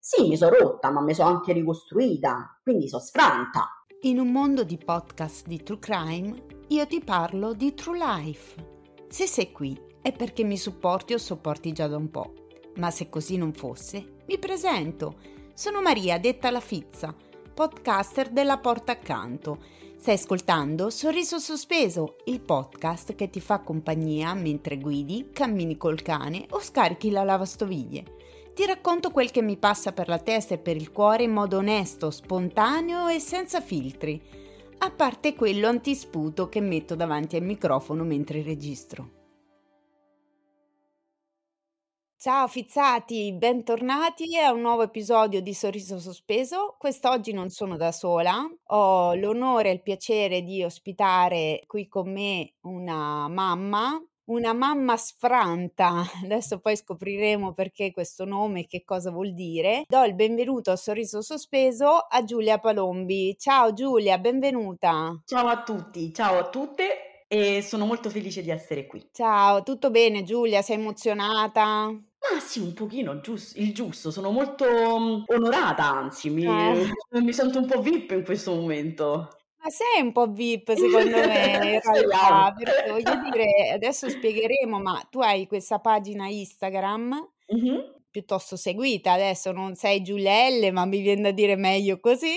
Sì, mi sono rotta, ma mi sono anche ricostruita, quindi sono sfranta. In un mondo di podcast di True Crime, io ti parlo di True Life. Se sei qui è perché mi supporti o sopporti già da un po'. Ma se così non fosse, mi presento. Sono Maria, detta la Fizza, podcaster della Porta Accanto. Stai ascoltando Sorriso Sospeso, il podcast che ti fa compagnia mentre guidi, cammini col cane o scarichi la lavastoviglie. Ti racconto quel che mi passa per la testa e per il cuore in modo onesto, spontaneo e senza filtri, a parte quello antisputo che metto davanti al microfono mentre registro. Ciao fizzati, bentornati a un nuovo episodio di Sorriso Sospeso. Quest'oggi non sono da sola, ho l'onore e il piacere di ospitare qui con me una mamma sfranta. Adesso poi scopriremo perché questo nome e che cosa vuol dire. Do il benvenuto a Sorriso Sospeso a Giulia Palombi. Ciao Giulia, benvenuta. Ciao a tutti, ciao a tutte e sono molto felice di essere qui. Ciao, tutto bene Giulia? Sei emozionata? Ah sì, un pochino, il giusto, sono molto onorata, anzi, Eh. mi sento un po' VIP in questo momento. Ma sei un po' VIP secondo me in Speriamo. realtà, perché voglio dire, adesso spiegheremo, ma tu hai questa pagina Instagram Mh-mh. piuttosto seguita, adesso non sei Giulia L, ma mi vien da dire meglio così.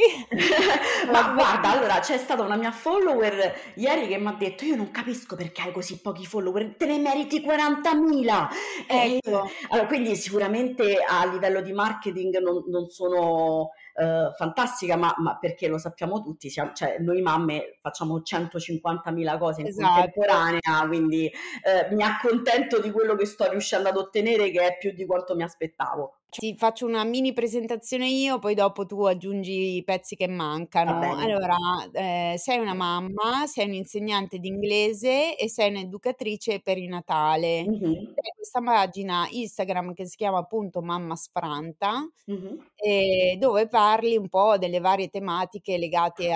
Ma guarda, allora c'è stata una mia follower ieri che m'ha detto: "Io non capisco perché hai così pochi follower, te ne meriti 40.000". Ecco, Allora quindi sicuramente a livello di marketing non sono, fantastica, ma perché lo sappiamo tutti, cioè noi mamme facciamo 150.000 cose in esatto. contemporanea, quindi, mi accontento di quello che sto riuscendo ad ottenere, che è più di quanto mi aspettavo. Ti faccio una mini presentazione io, poi dopo tu aggiungi i pezzi che Va mancano. bene. Allora, sei una mamma, sei un'insegnante di inglese e sei un'educatrice perinatale. Mh-mh. Hai questa pagina Instagram che si chiama appunto Mamma Sfranta, Mh-mh. dove parli un po' delle varie tematiche legate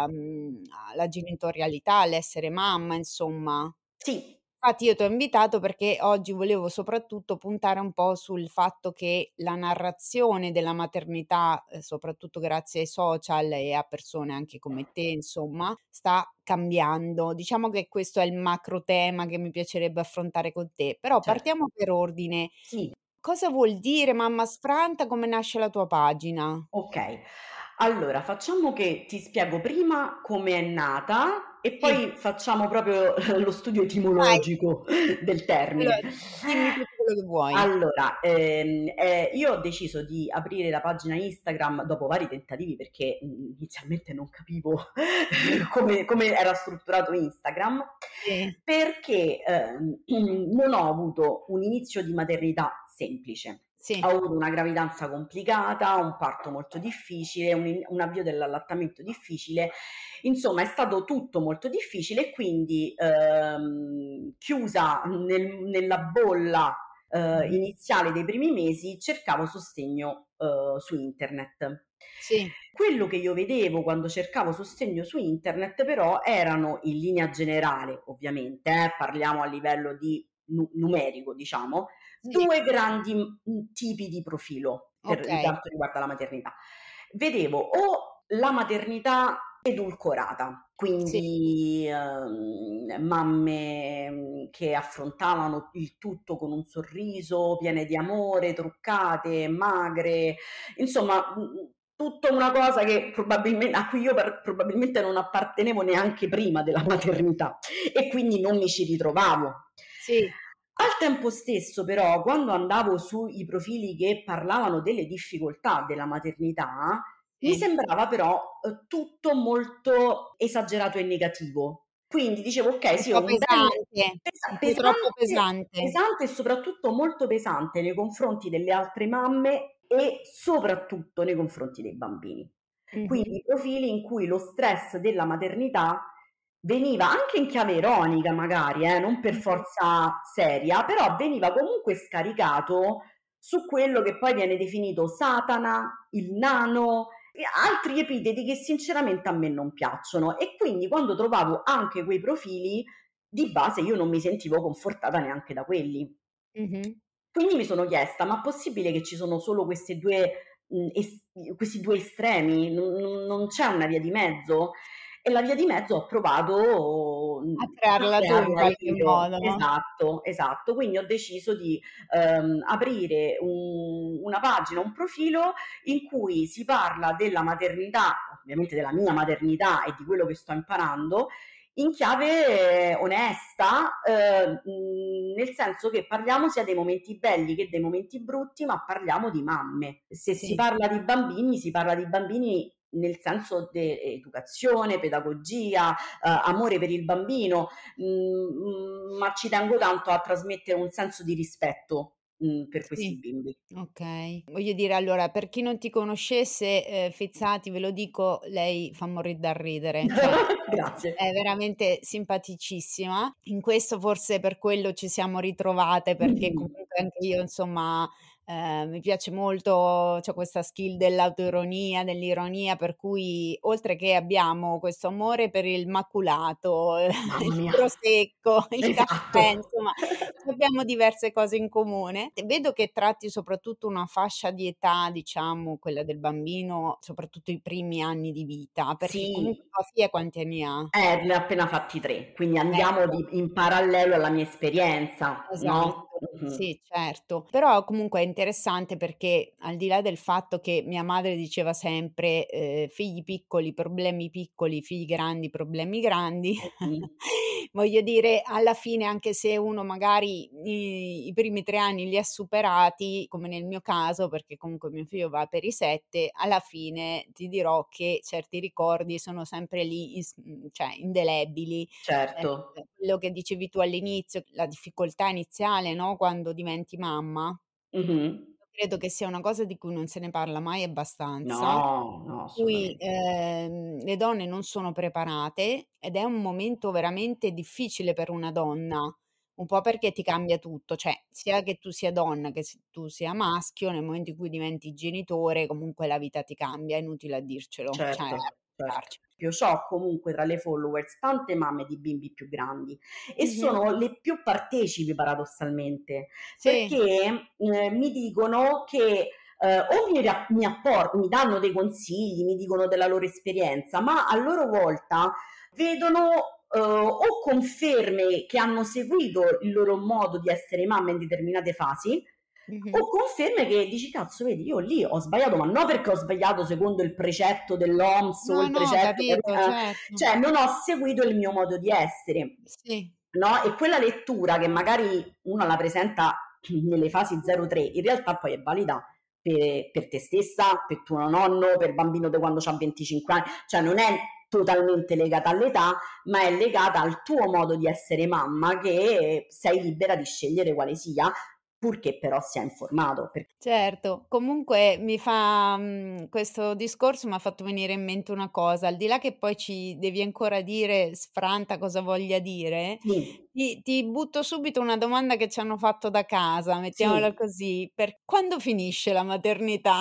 alla genitorialità, all'essere mamma, insomma. Sì. Infatti io t'ho invitato perché oggi volevo soprattutto puntare un po' sul fatto che la narrazione della maternità, soprattutto grazie ai social e a persone anche come te insomma, sta cambiando. Diciamo che questo è il macro tema che mi piacerebbe affrontare con te, però Certo. partiamo per ordine. Sì, Cosa vuol dire mamma sfranta? Come nasce la tua pagina? okay. Allora facciamo che ti spiego prima come è nata e Sì, poi facciamo proprio lo studio vai. etimologico del Allora termine. dimmi tutto quello che vuoi. Allora, io ho deciso di aprire la pagina Instagram dopo vari tentativi perché, inizialmente non capivo come era strutturato Instagram, Sì, perché, non ho avuto un inizio di maternità semplice. Ho sì, avuto una gravidanza complicata, un parto molto difficile, un avvio dell'allattamento difficile, insomma è stato tutto molto difficile e quindi, chiusa nella bolla, mh-mh, iniziale dei primi mesi, cercavo sostegno, su internet. sì, Quello che io vedevo quando cercavo sostegno su internet però erano, in linea generale ovviamente, parliamo a livello di numerico diciamo, sì, 2 grandi, tipi di profilo per okay, quanto riguarda la maternità. Vedevo o la maternità edulcorata, sì. quindi, mamme, che affrontavano il tutto con un sorriso, piene di amore, truccate, magre, insomma, tutta una cosa che a cui io probabilmente non appartenevo neanche prima della maternità e quindi non mi ci ritrovavo. Sì, Al tempo stesso però, quando andavo sui profili che parlavano delle difficoltà della maternità, mi sì, sembrava però, tutto molto esagerato e negativo. Quindi dicevo: "Okay, un sì, ho po' un bene pesante, un po' troppo pesante pesante. pesante e soprattutto molto pesante nei confronti delle altre mamme e soprattutto nei confronti dei bambini". Mh-mh, Quindi profili in cui lo stress della maternità veniva anche in chiave ironica magari, non per mh-mh, forza seria, però veniva comunque scaricato su quello che poi viene definito Satana, il nano e altri epiteti che sinceramente a me non piacciono e quindi quando trovavo anche quei profili, di base io non mi sentivo confortata neanche da quelli. mh-mh. Quindi mi sono chiesta: ma possibile che ci sono solo queste 2 questi due estremi, non c'è una via di mezzo. E la via di mezzo ho provato A a crearla tu in crearla qualche io. modo. Esatto, esatto. Quindi ho deciso di aprire una pagina, un profilo in cui si parla della maternità, ovviamente della mia maternità e di quello che sto imparando, in chiave onesta, nel senso che parliamo sia dei momenti belli che dei momenti brutti, ma parliamo di mamme. Se si Sì. parla di bambini, si parla di bambini nel senso di educazione, pedagogia, amore per il bambino, ma ci tengo tanto a trasmettere un senso di rispetto, per questi Sì, bimbi. okay. Voglio dire, allora, per chi non ti conoscesse, Fezzati, ve lo dico, lei fa morir dal ridere, cioè Grazie. è veramente simpaticissima. In questo forse per quello ci siamo ritrovate, perché comunque anche io insomma, mi piace molto, c'ho questa skill dell'autoironia, dell'ironia, per cui oltre che abbiamo questo amore per il maculato, Mamma il mia. prosecco, il caffè, Esatto. insomma abbiamo diverse cose in comune. E vedo che tratti soprattutto una fascia di età, diciamo, quella del bambino, soprattutto i primi anni di vita, perché Sì. comunque tua figlia quanti anni ha? Ne ho appena fatti 3, quindi andiamo Ecco. in parallelo alla mia esperienza, no? Esatto, sì certo. Però comunque è interessante perché al di là del fatto che mia madre diceva sempre, figli piccoli, problemi piccoli, figli grandi, problemi grandi, Mh-mh. voglio dire alla fine anche se uno magari i primi 3 anni li ha superati, come nel mio caso, perché comunque mio figlio va per i 7, alla fine ti dirò che certi ricordi sono sempre lì cioè indelebili. Certo. Quello che dicevi tu all'inizio, la difficoltà iniziale, no, quando diventi mamma, Mh-mh. io credo che sia una cosa di cui non se ne parla mai abbastanza, No, no, cui, assolutamente. le donne non sono preparate ed è un momento veramente difficile per una donna, un po' perché ti cambia tutto, cioè sia che tu sia donna che tu sia maschio, nel momento in cui diventi genitore comunque la vita ti cambia, è inutile a dircelo, cioè a Certo, certo. pensarci. Io c'ho comunque tra le followers tante mamme di bimbi più grandi e Mh-mh. sono le più partecipi paradossalmente, Sì. perché, mi dicono che, o mi danno dei consigli, mi dicono della loro esperienza, ma a loro volta vedono, o conferme che hanno seguito il loro modo di essere mamma in determinate fasi, Mh-mh. o conferme che dici: "Cazzo vedi io lì ho sbagliato, ma non perché ho sbagliato secondo il precetto dell'OMS o No, il no, precetto capito, certo. cioè non ho seguito il mio modo di essere". Sì. No, e quella lettura che magari uno la presenta nelle fasi 0-3, in realtà poi è valida per te stessa, per tuo nonno, per il bambino di quando c'ha 25 anni, cioè non è totalmente legata all'età, ma è legata al tuo modo di essere mamma che sei libera di scegliere quale sia, purché però sia informato. Certo, comunque questo discorso m'ha fatto venire in mente una cosa, al di là che poi ci devi ancora dire sfranta cosa voglia dire, Sì, ti butto subito una domanda che ci hanno fatto da casa, mettiamola sì. così: per quando finisce la maternità?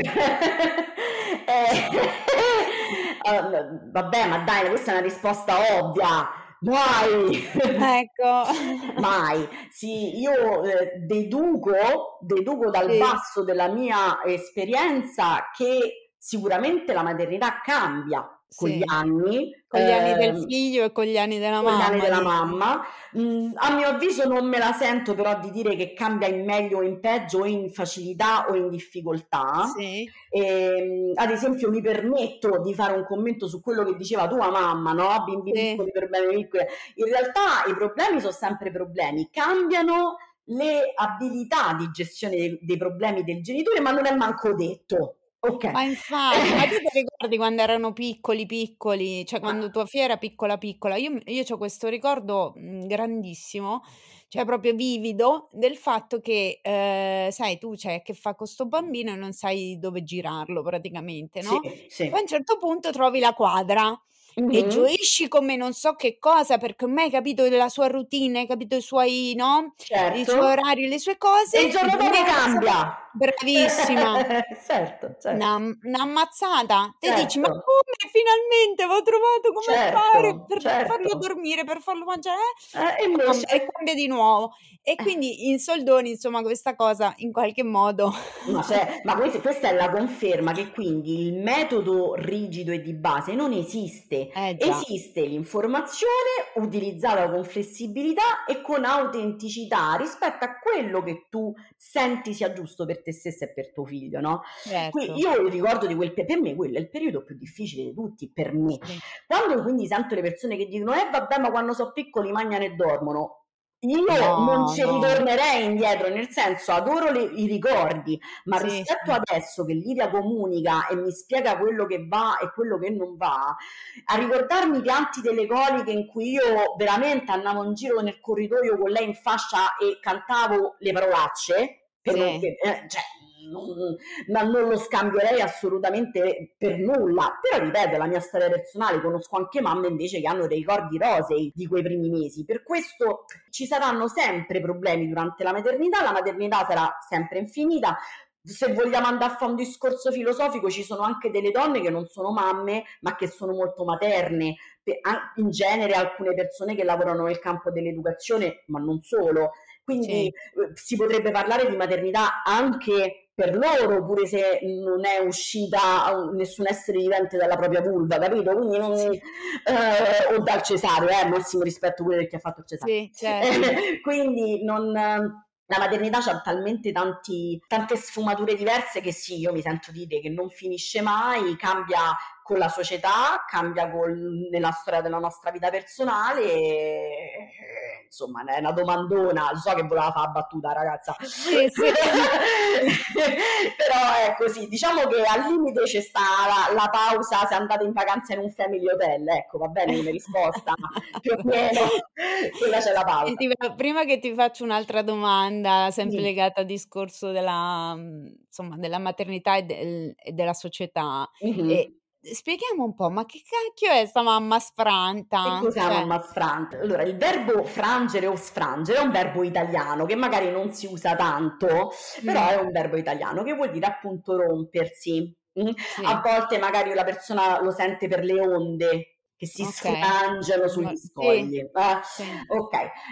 Vabbè, ma dai, questa è una risposta ovvia. Mai! Ecco. Mai. Sì, io deduco dal Sì, basso della mia esperienza che sicuramente la maternità cambia con gli sì. anni, Con gli anni del figlio e con gli anni della con gli anni mamma della dici? mamma. A mio avviso non me la sento però di dire che cambia in meglio o in peggio, o in facilità o in difficoltà. Sì, Ad esempio mi permetto di fare un commento su quello che diceva tua mamma, no? Bimbi sì. piccoli, problemi piccoli. In realtà i problemi sono sempre problemi, cambiano le abilità di gestione dei problemi del genitore, ma non è manco detto. Ok. Ma infatti, ma tu ti ricordi quando erano piccoli, piccoli, cioè Ma quando tua figlia era piccola, piccola? Io c'ho questo ricordo, grandissimo, cioè proprio vivido, del fatto che, sai tu c'hai a che fa' con 'sto bambino e non sai dove girarlo praticamente, sì, no, poi a sì. un certo punto trovi la quadra e Mh-mh. gioisci come non so che cosa, perché ormai hai capito la sua routine, hai capito i suoi, no, i Certo. suoi orari, le sue E il cose, giorno di dopo una passata cambia. bravissima. Certo, certo, Un'ammazzata. Te dici: "Ma certo, come finalmente avevo trovato come fare certo, per certo. farlo dormire, per farlo mangiare, E invece cambia e cambia di nuovo." E quindi in soldoni, insomma, questa cosa in qualche modo ma questa è la conferma che quindi il metodo rigido e di base non esiste. già, Esiste l'informazione utilizzata con flessibilità e con autenticità rispetto a quello che tu senti sia giusto per te stessa e per tuo figlio, no? Qui certo. io ricordo di per me quello è il periodo più difficile di tutti, per me. Sì, Quando quindi sento le persone che dicono, vabbè, ma quando sono piccoli mangiano e dormono, io non no, ci no. ritornerei indietro, nel senso adoro i ricordi, ma Sì, rispetto sì, adesso che Lidia comunica e mi spiega quello che va e quello che non va, a ricordarmi i pianti delle coliche in cui io veramente andavo in giro nel corridoio con lei in fascia e cantavo le parolacce, sì, cioè, ma non lo scambierei assolutamente per nulla. Però ripeto, è la mia storia personale, conosco anche mamme invece che hanno dei ricordi rosei di quei primi mesi. Per questo ci saranno sempre problemi durante la maternità sarà sempre infinita. Se vogliamo andare a fare un discorso filosofico, ci sono anche delle donne che non sono mamme, ma che sono molto materne. In genere alcune persone che lavorano nel campo dell'educazione, ma non solo. Quindi sì, si potrebbe parlare di maternità anche per loro, pure se non è uscita nessun essere vivente dalla propria vulva, capito? Quindi sì, o dal cesareo, massimo rispetto pure per chi ha fatto il cesareo. sì, certo. Quindi non, la maternità ha talmente tante sfumature diverse che sì, io mi sento dire che non finisce mai, cambia con la società, cambia nella storia della nostra vita personale. Insomma, è una domandona. So che voleva fare la battuta, ragazza. Sì, sì. Però è così. Diciamo che al limite c'è sta la pausa se andate in vacanza in un family hotel. Ecco, va bene come risposta, più o meno. Quella c'è la E pausa. prima che ti faccio un'altra domanda, sempre Sì. legata al discorso della insomma, della maternità e della società, Mhm. ehm, spieghiamo un po', ma che cacchio è 'sta mamma Che sfranta? cos'è Cioè mamma sfrante? Allora, il verbo frangere o sfrangere è un verbo italiano che magari non si usa tanto, però mh, è un verbo italiano che vuol dire appunto rompersi. A sì, volte magari la persona lo sente per le onde che si okay. sfrangiano sugli Sì, scogli. sì. Ok,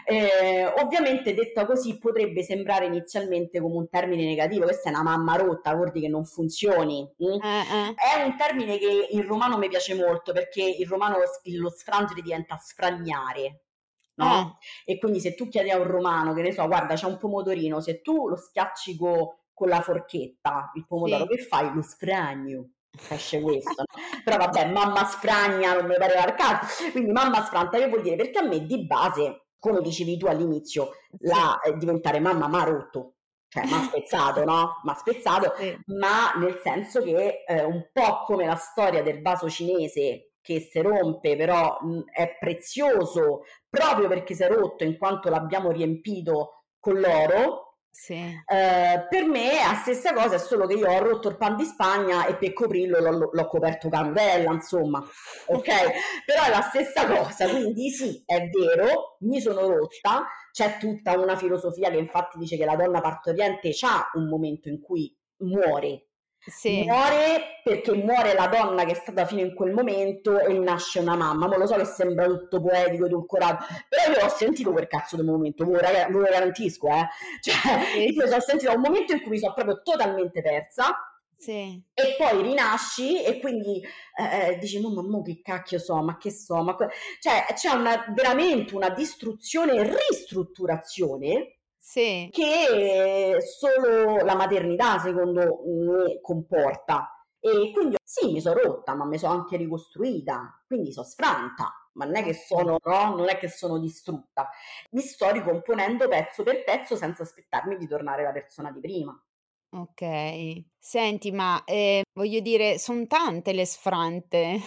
ovviamente detta così potrebbe sembrare inizialmente come un termine negativo, questa è una mamma rotta, vuol dire che non funzioni. Eh. È un termine che in romano mi piace molto perché in romano lo sfrangere diventa sfragnare, Eh, no? E quindi se tu chiedi a un romano, che ne so, guarda, c'è un pomodorino, se tu lo schiacci con la forchetta, il pomodoro, sì. che fai? Lo sfragno. Esce questo, no? Però vabbè, mamma sfragna non mi pareva il caso. Quindi mamma sfranta che vuol dire? Perché a me di base, come dicevi tu all'inizio, Sì. diventare mamma m'ha rotto, cioè m'ha spezzato, no? M'ha spezzato, Sì, ma nel senso che un po' come la storia del vaso cinese che si rompe, però è prezioso proprio perché si è rotto in quanto l'abbiamo riempito con l'oro. sì. Per me è la stessa cosa, è solo che io ho rotto il pan di Spagna e per coprirlo l'ho coperto con Nutella, insomma, ok? Però è la stessa cosa, quindi sì, è vero, mi sono rotta, c'è tutta una filosofia che infatti dice che la donna partoriente ha un momento in cui muore. Sì, Muore perché muore la donna che è stata fino in quel momento e nasce una mamma. Ma lo so che sembra tutto poetico, edulcorato, però io ho sentito quel cazzo di momento, ve lo garantisco, eh. Cioè, sì, io sono sentita un momento in cui mi sono proprio totalmente persa sì, e poi rinasci e quindi dici, mo che cacchio so, ma che so, cioè c'è veramente una distruzione e ristrutturazione sì. che solo la maternità secondo me comporta. E quindi sì, mi sono rotta, ma mi sono anche ricostruita, quindi sono sfranta, ma non è che Okay. sono, no? Non è che sono distrutta. Mi sto ricomponendo pezzo per pezzo senza aspettarmi di tornare la persona di prima. Okay. Senti, ma, voglio dire, son tante le sfrante.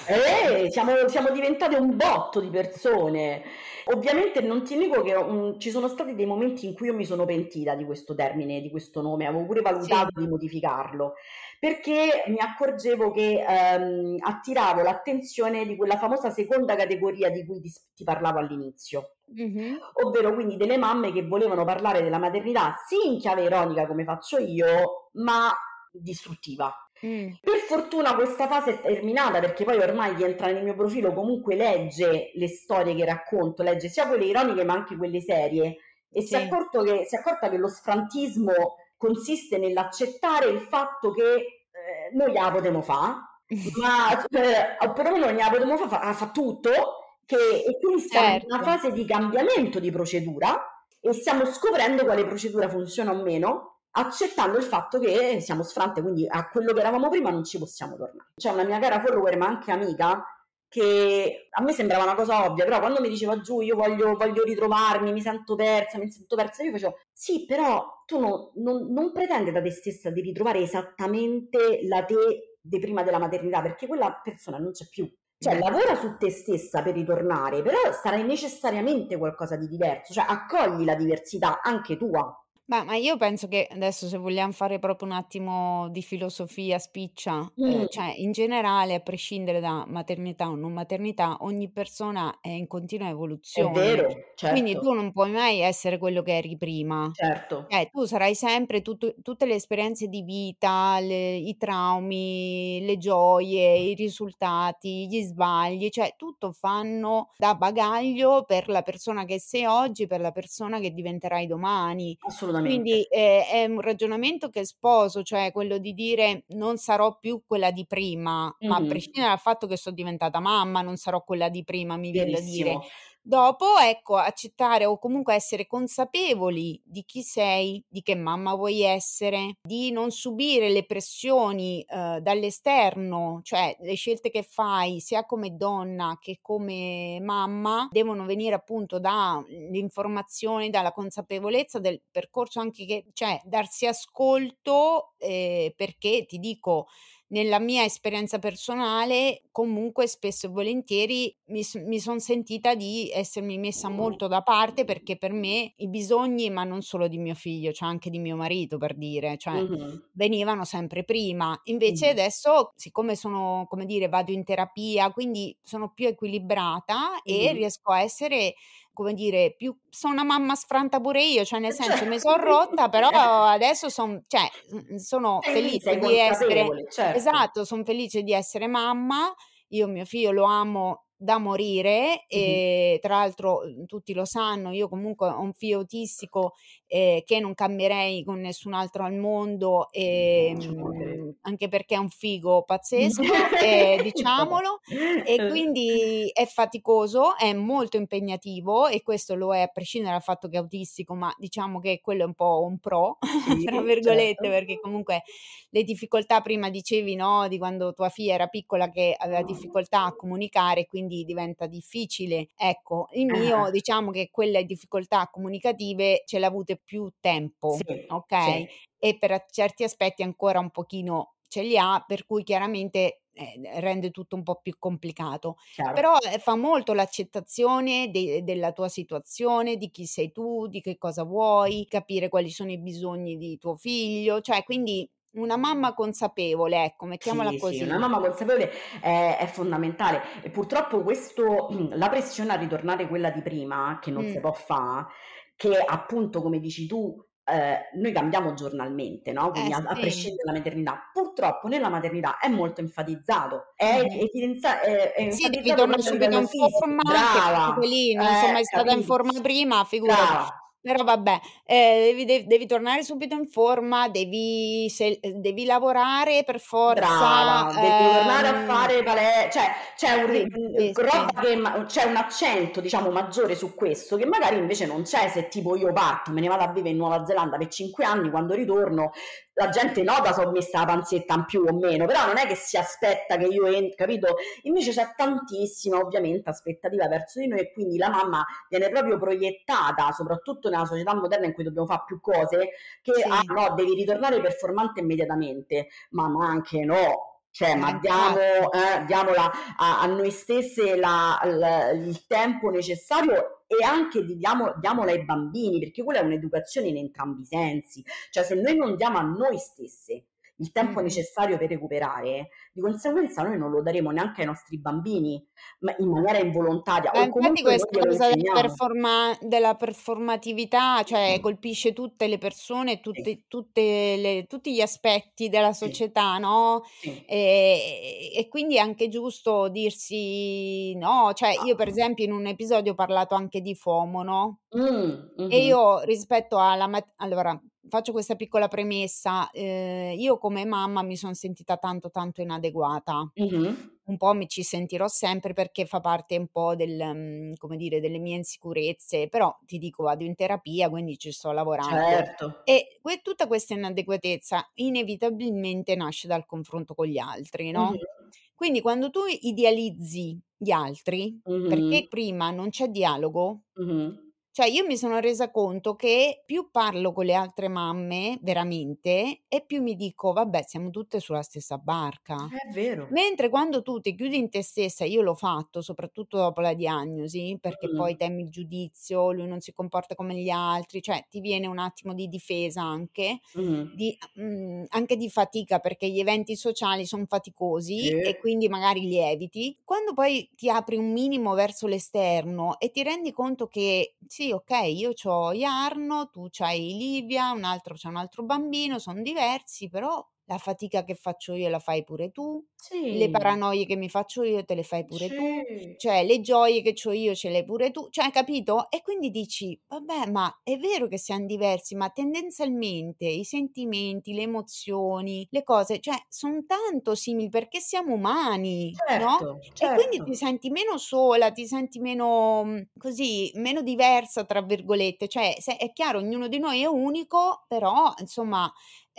Siamo diventate un botto di persone. Ovviamente non ti nego che ci sono stati dei momenti in cui io mi sono pentita di questo termine, di questo nome, avevo pure valutato Sì. di modificarlo, perché mi accorgevo che, attiravo l'attenzione di quella famosa seconda categoria di cui ti parlavo all'inizio, Mh-mh. ovvero quindi delle mamme che volevano parlare della maternità sì in chiave ironica come faccio io, ma distruttiva. Mh. Per fortuna questa fase è terminata perché poi ormai chi entra nel mio profilo comunque legge le storie che racconto, legge sia quelle ironiche ma anche quelle serie e Sì. si è accorta che lo sfrantismo consiste nell'accettare il fatto che noi gliela potremo fa, ma o perlomeno non gliela potremo fa tutto, e quindi stiamo in una Certo. fase di cambiamento di procedura e stiamo scoprendo quale procedura funziona o meno, accettando il fatto che siamo sfrante, quindi a quello che eravamo prima non ci possiamo tornare. C'è una mia cara follower, ma anche amica, che a me sembrava una cosa ovvia, però quando mi diceva giù io voglio ritrovarmi, mi sento persa, io facevo sì, però tu non pretendi da te stessa di ritrovare esattamente la te di prima della maternità, perché quella persona non c'è più. Cioè, Beh. lavora su te stessa per ritornare, però sarai necessariamente qualcosa di diverso, cioè accogli la diversità anche tua. Ma io penso che adesso se vogliam fare proprio un attimo di filosofia spiccia, Mm, cioè in generale a prescindere da maternità o non maternità, ogni persona è in continua è evoluzione. vero, Quindi certo, tu non puoi mai essere quello che eri prima. certo, Tu sarai sempre tutte le esperienze di vita, i traumi, le gioie, i risultati, gli sbagli, cioè tutto fanno da bagaglio per la persona che sei oggi, per la persona che diventerai domani. assolutamente. Quindi, è un ragionamento che sposo, cioè quello di dire: "Non sarò più quella di prima", ma a Mhm, prescindere dal fatto che so diventata mamma, non sarò quella di prima, mi vien da dire. verissimo. Dopo, ecco, accettare o comunque essere consapevoli di chi sei, di che mamma vuoi essere, di non subire le pressioni, dall'esterno, cioè le scelte che fai sia come donna che come mamma devono venire appunto da l'informazione, dalla consapevolezza del percorso anche che cioè darsi ascolto, perché ti dico, nella mia esperienza personale, comunque spesso e volentieri mi son sentita di essermi messa molto da parte, perché per me i bisogni, ma non solo di mio figlio, cioè anche di mio marito per dire, cioè Mhm, venivano sempre prima. Invece mhm, adesso, siccome sono come dire, vado in terapia, quindi sono più equilibrata e mhm. riesco a essere, come dire, più sono una mamma sfranta pure io, cioè nel Cioè, senso mi son rotta, però adesso sono felice sei di essere. consapevole, certo. Esatto, son felice di essere mamma. Io mio figlio lo amo da morire Mhm. e tra l'altro, tutti lo sanno, io comunque ho un figlio autistico, che non cambierei con nessun altro al mondo, Ci mancherebbe. anche perché è un figo pazzesco, Vabbè. diciamolo, e quindi è faticoso, è molto impegnativo e questo lo è a prescindere dal fatto che è autistico, ma diciamo che quello è un po' un "pro" Sì, tra virgolette, certo. perché comunque le difficoltà prima dicevi, no, di quando tua figlia era piccola che aveva difficoltà a comunicare, quindi diventa difficile. Ecco, il mio Ah-ah. diciamo che quelle difficoltà comunicative ce l'ha avute più tempo, Sì, okay, sì, e per a certi aspetti ancora un pochino ce li ha, per cui chiaramente, rende tutto un po' più complicato. chiaro. Però, fa molto l'accettazione della tua situazione, di chi sei tu, di che cosa vuoi, capire quali sono i bisogni di tuo figlio, cioè quindi una mamma consapevole, ecco, mettiamola Sì, sì, una così. mamma consapevole è fondamentale e purtroppo questo la pressione a ritornare quella di prima, che non si Mh, può fa, che appunto come dici tu, noi cambiamo giornalmente, no, quindi eh a sì. prescindere dalla maternità. Purtroppo nella maternità è molto enfatizzato, Mh-mh. è Sì, devi enfatizzato tornare proprio a subito livello in fisico. forma, che comunque Brava, lì non son mai stata in capito. forma prima, figurati. Brava. Però vabbè, devi tornare subito in forma, devi lavorare per forza, Brava, devi tornare a fare cioè sì, sì, sì. roba che c'è un accento, diciamo, maggiore su questo, che magari invece non c'è se tipo io parto, me ne vado a vivere in Nuova Zelanda per 5 anni, quando ritorno la gente nota se ho messa la panzetta in più o meno, però non è che si aspetta che io entri, capito? Invece c'è tantissima ovviamente aspettativa verso di noi e quindi la mamma viene proprio proiettata, soprattutto nella società moderna in cui dobbiamo fare più cose, che Sì, no, devi ritornare performante immediatamente, ma anche no. Cioè, ma infatti. diamola a noi stesse il tempo necessario e anche diamola ai bambini, perché quella è un'educazione in entrambi i sensi. Cioè, se noi non diamo a noi stesse il tempo Mhm. necessario per recuperare, di conseguenza noi non lo daremo neanche ai nostri bambini, ma in maniera involontaria, Ma o infatti comunque non questa glielo cosa insegniamo. della performatività, cioè colpisce tutte le persone, Sì, tutti gli aspetti della sì, società, no, sì. e quindi è anche giusto dirsi no. Cioè io per esempio in un episodio ho parlato anche di FOMO, no? E Mhm, io rispetto alla allora, faccio questa piccola premessa, io come mamma mi son sentita tanto, tanto inadeguata. mhm. Un po' mi ci sentirò sempre perché fa parte un po' come dire, delle mie insicurezze, però ti dico vado in terapia, quindi ci sto lavorando. Certo. E tutta questa inadeguatezza inevitabilmente nasce dal confronto con gli altri, Mhm, no, quindi quando tu idealizzi gli altri, mhm, perché prima non c'è dialogo, mhm. cioè io mi sono resa conto che più parlo con le altre mamme veramente e più mi dico: "Vabbè, siamo tutte sulla stessa barca". È vero. Mentre quando tu ti chiudi in te stessa, io l'ho fatto soprattutto dopo la diagnosi, perché poi Mhm, temi il giudizio, lui non si comporta come gli altri, cioè ti viene un attimo di difesa anche, mhm. anche di fatica perché gli eventi sociali son faticosi Sì. e quindi magari li eviti. Quando poi ti apri un minimo verso l'esterno e ti rendi conto che sì, okay, io c'ho Jarno, tu c'hai Livia, c'ha un altro bambino, son diversi, però la fatica che faccio io la fai pure tu, le Sì, paranoie che mi faccio io te le fai pure tu, sì, cioè le gioie che c'ho io ce le hai pure tu, cioè capito? E quindi dici: "Vabbè, ma è vero che siam diversi, ma tendenzialmente i sentimenti, le emozioni, le cose, cioè son tanto simili perché siamo umani, no?" certo, E quindi certo. ti senti meno sola, ti senti meno, così, meno "diversa" tra virgolette, cioè se è chiaro ognuno di noi è unico, però insomma,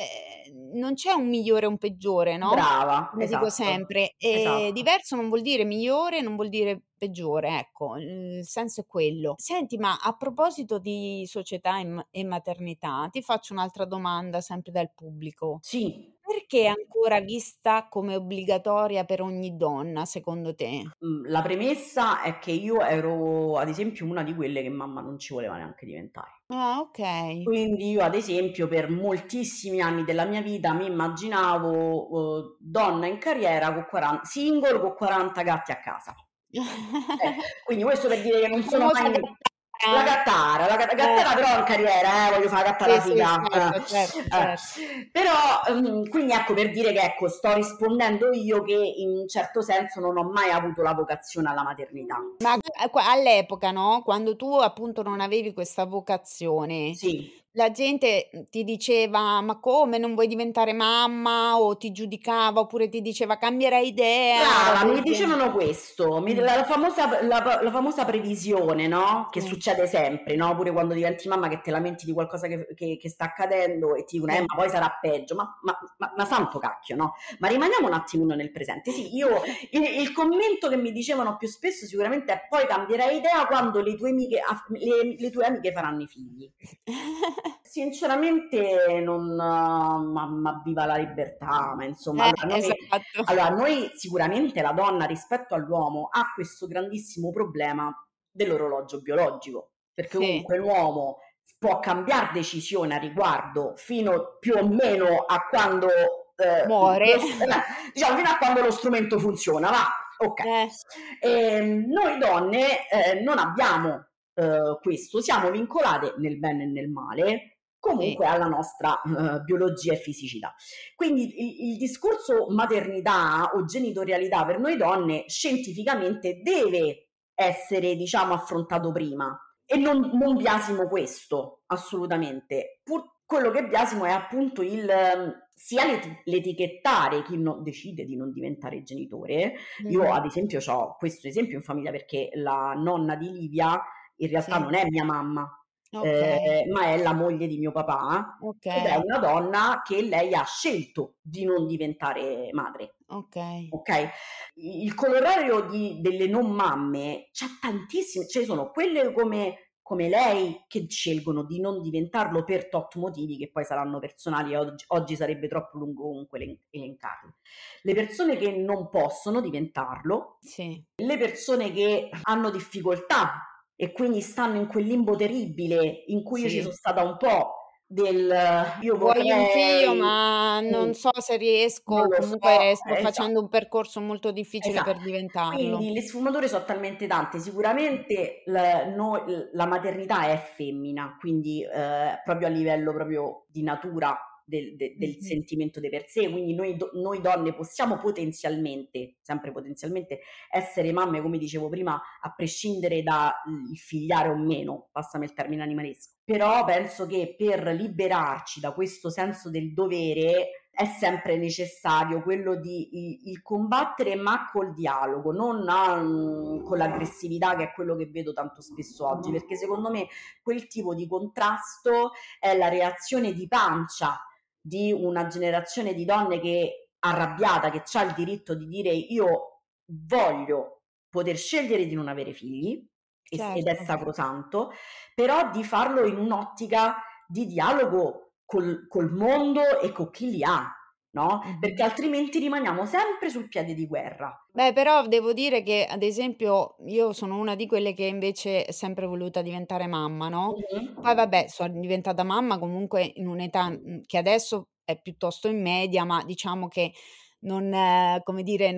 non c'è un migliore e un peggiore, no, Brava, come dico esatto, sempre. esatto. Diverso non vuol dire migliore, non vuol dire peggiore, ecco, il senso è quello. Senti, ma a proposito di società e maternità, ti faccio un'altra domanda sempre dal pubblico. Sì, Perché è ancora vista come obbligatoria per ogni donna secondo te? la premessa è che io ero ad esempio una di quelle che mamma non ci voleva neanche diventare. Ah, okay. Quindi io ad esempio per moltissimi anni della mia vita mi immaginavo, donna in carriera single con 40 gatti a casa. Quindi questo per dire che La non sono famosa mai la gattara. gattara, Eh, gattara però in carriera, voglio fa' la sì, gattara sì, figa, certo, certo, certo. Però, quindi ecco per dire che ecco, sto rispondendo io che in un certo senso non ho mai avuto la vocazione alla maternità. Ma all'epoca, no, quando tu appunto non avevi questa vocazione, Sì. la gente, ti diceva: "Ma come non vuoi diventare mamma?" O ti giudicava, oppure ti diceva: "Cambierai idea", Brava, robe mi del genere. dicevano questo, Mh, la famosa previsione, no, che sì, succede sempre, no, pure quando diventi mamma che te lamenti di qualcosa che sta accadendo e ti dicono: sì. ma poi sarà peggio." Ma santo cacchio, no, ma rimaniamo un attimino nel presente. Sì, io il commento che mi dicevano più spesso sicuramente è: "Poi cambierai idea quando le tue amiche faranno i figli." Sinceramente non ma viva la libertà, ma insomma Esatto. allora noi sicuramente la donna rispetto all'uomo ha questo grandissimo problema dell'orologio biologico, perché Sì, comunque l'uomo può cambiar decisione a riguardo fino più o meno a quando, muore. diciamo fino a quando lo strumento funziona, va, okay. Eh, Noi donne, non abbiamo questo, siamo vincolate nel bene e nel male sì, comunque alla nostra biologia e fisicità. Quindi il discorso maternità o genitorialità per noi donne scientificamente deve essere, diciamo, affrontato prima e non biasimo questo, assolutamente. Quello che biasimo è appunto sia l'etichettare chi decide di non diventare genitore. Io mh-mh, ad esempio ho questo esempio in famiglia perché la nonna di Livia in realtà sì. non è mia mamma, Okay, ma è la moglie di mio papà ed è okay, una donna che lei ha scelto di non diventare madre. okay. Okay? Il corollario delle non mamme c'ha tantissime, cioè sono quelle come lei che scelgono di non diventarlo per tot motivi che poi saranno personali e oggi sarebbe troppo lungo comunque elencarli. Le persone che non possono diventarlo, Sì, le persone che hanno difficoltà e quindi stanno in quel limbo terribile in cui io ci sì. sono stata un po' del io Voglio un figlio, vorrei, ma non so se riesco, non o lo so, comunque sto esa facendo un percorso molto difficile esatto. per diventarlo. Quindi le sfumature so' talmente tante. Sicuramente la maternità è femmina, quindi, proprio a livello proprio di natura del Mh-mh. sentimento de per sé, quindi noi donne possiamo potenzialmente, sempre potenzialmente, essere mamme, come dicevo prima, a prescindere da il figliare o meno, passami il termine animalesco. Però penso che per liberarci da questo senso del dovere è sempre necessario quello di il combattere, ma col dialogo, non con l'aggressività, che è quello che vedo tanto spesso oggi, perché secondo me quel tipo di contrasto è la reazione di pancia di una generazione di donne che arrabbiata, che ha il diritto di dire io voglio poter scegliere di non avere figli ed è Certo. sacrosanto, però di farlo in un'ottica di dialogo col mondo e con chi li ha, no? Perché Mh-mh. altrimenti rimaniamo sempre sul piede di guerra. Beh, però devo dire che, ad esempio, io sono una di quelle che invece è sempre voluta diventare mamma, no, poi Mhm. vabbè, son diventata mamma comunque in un'età, che adesso è piuttosto in media, ma diciamo che non come dire,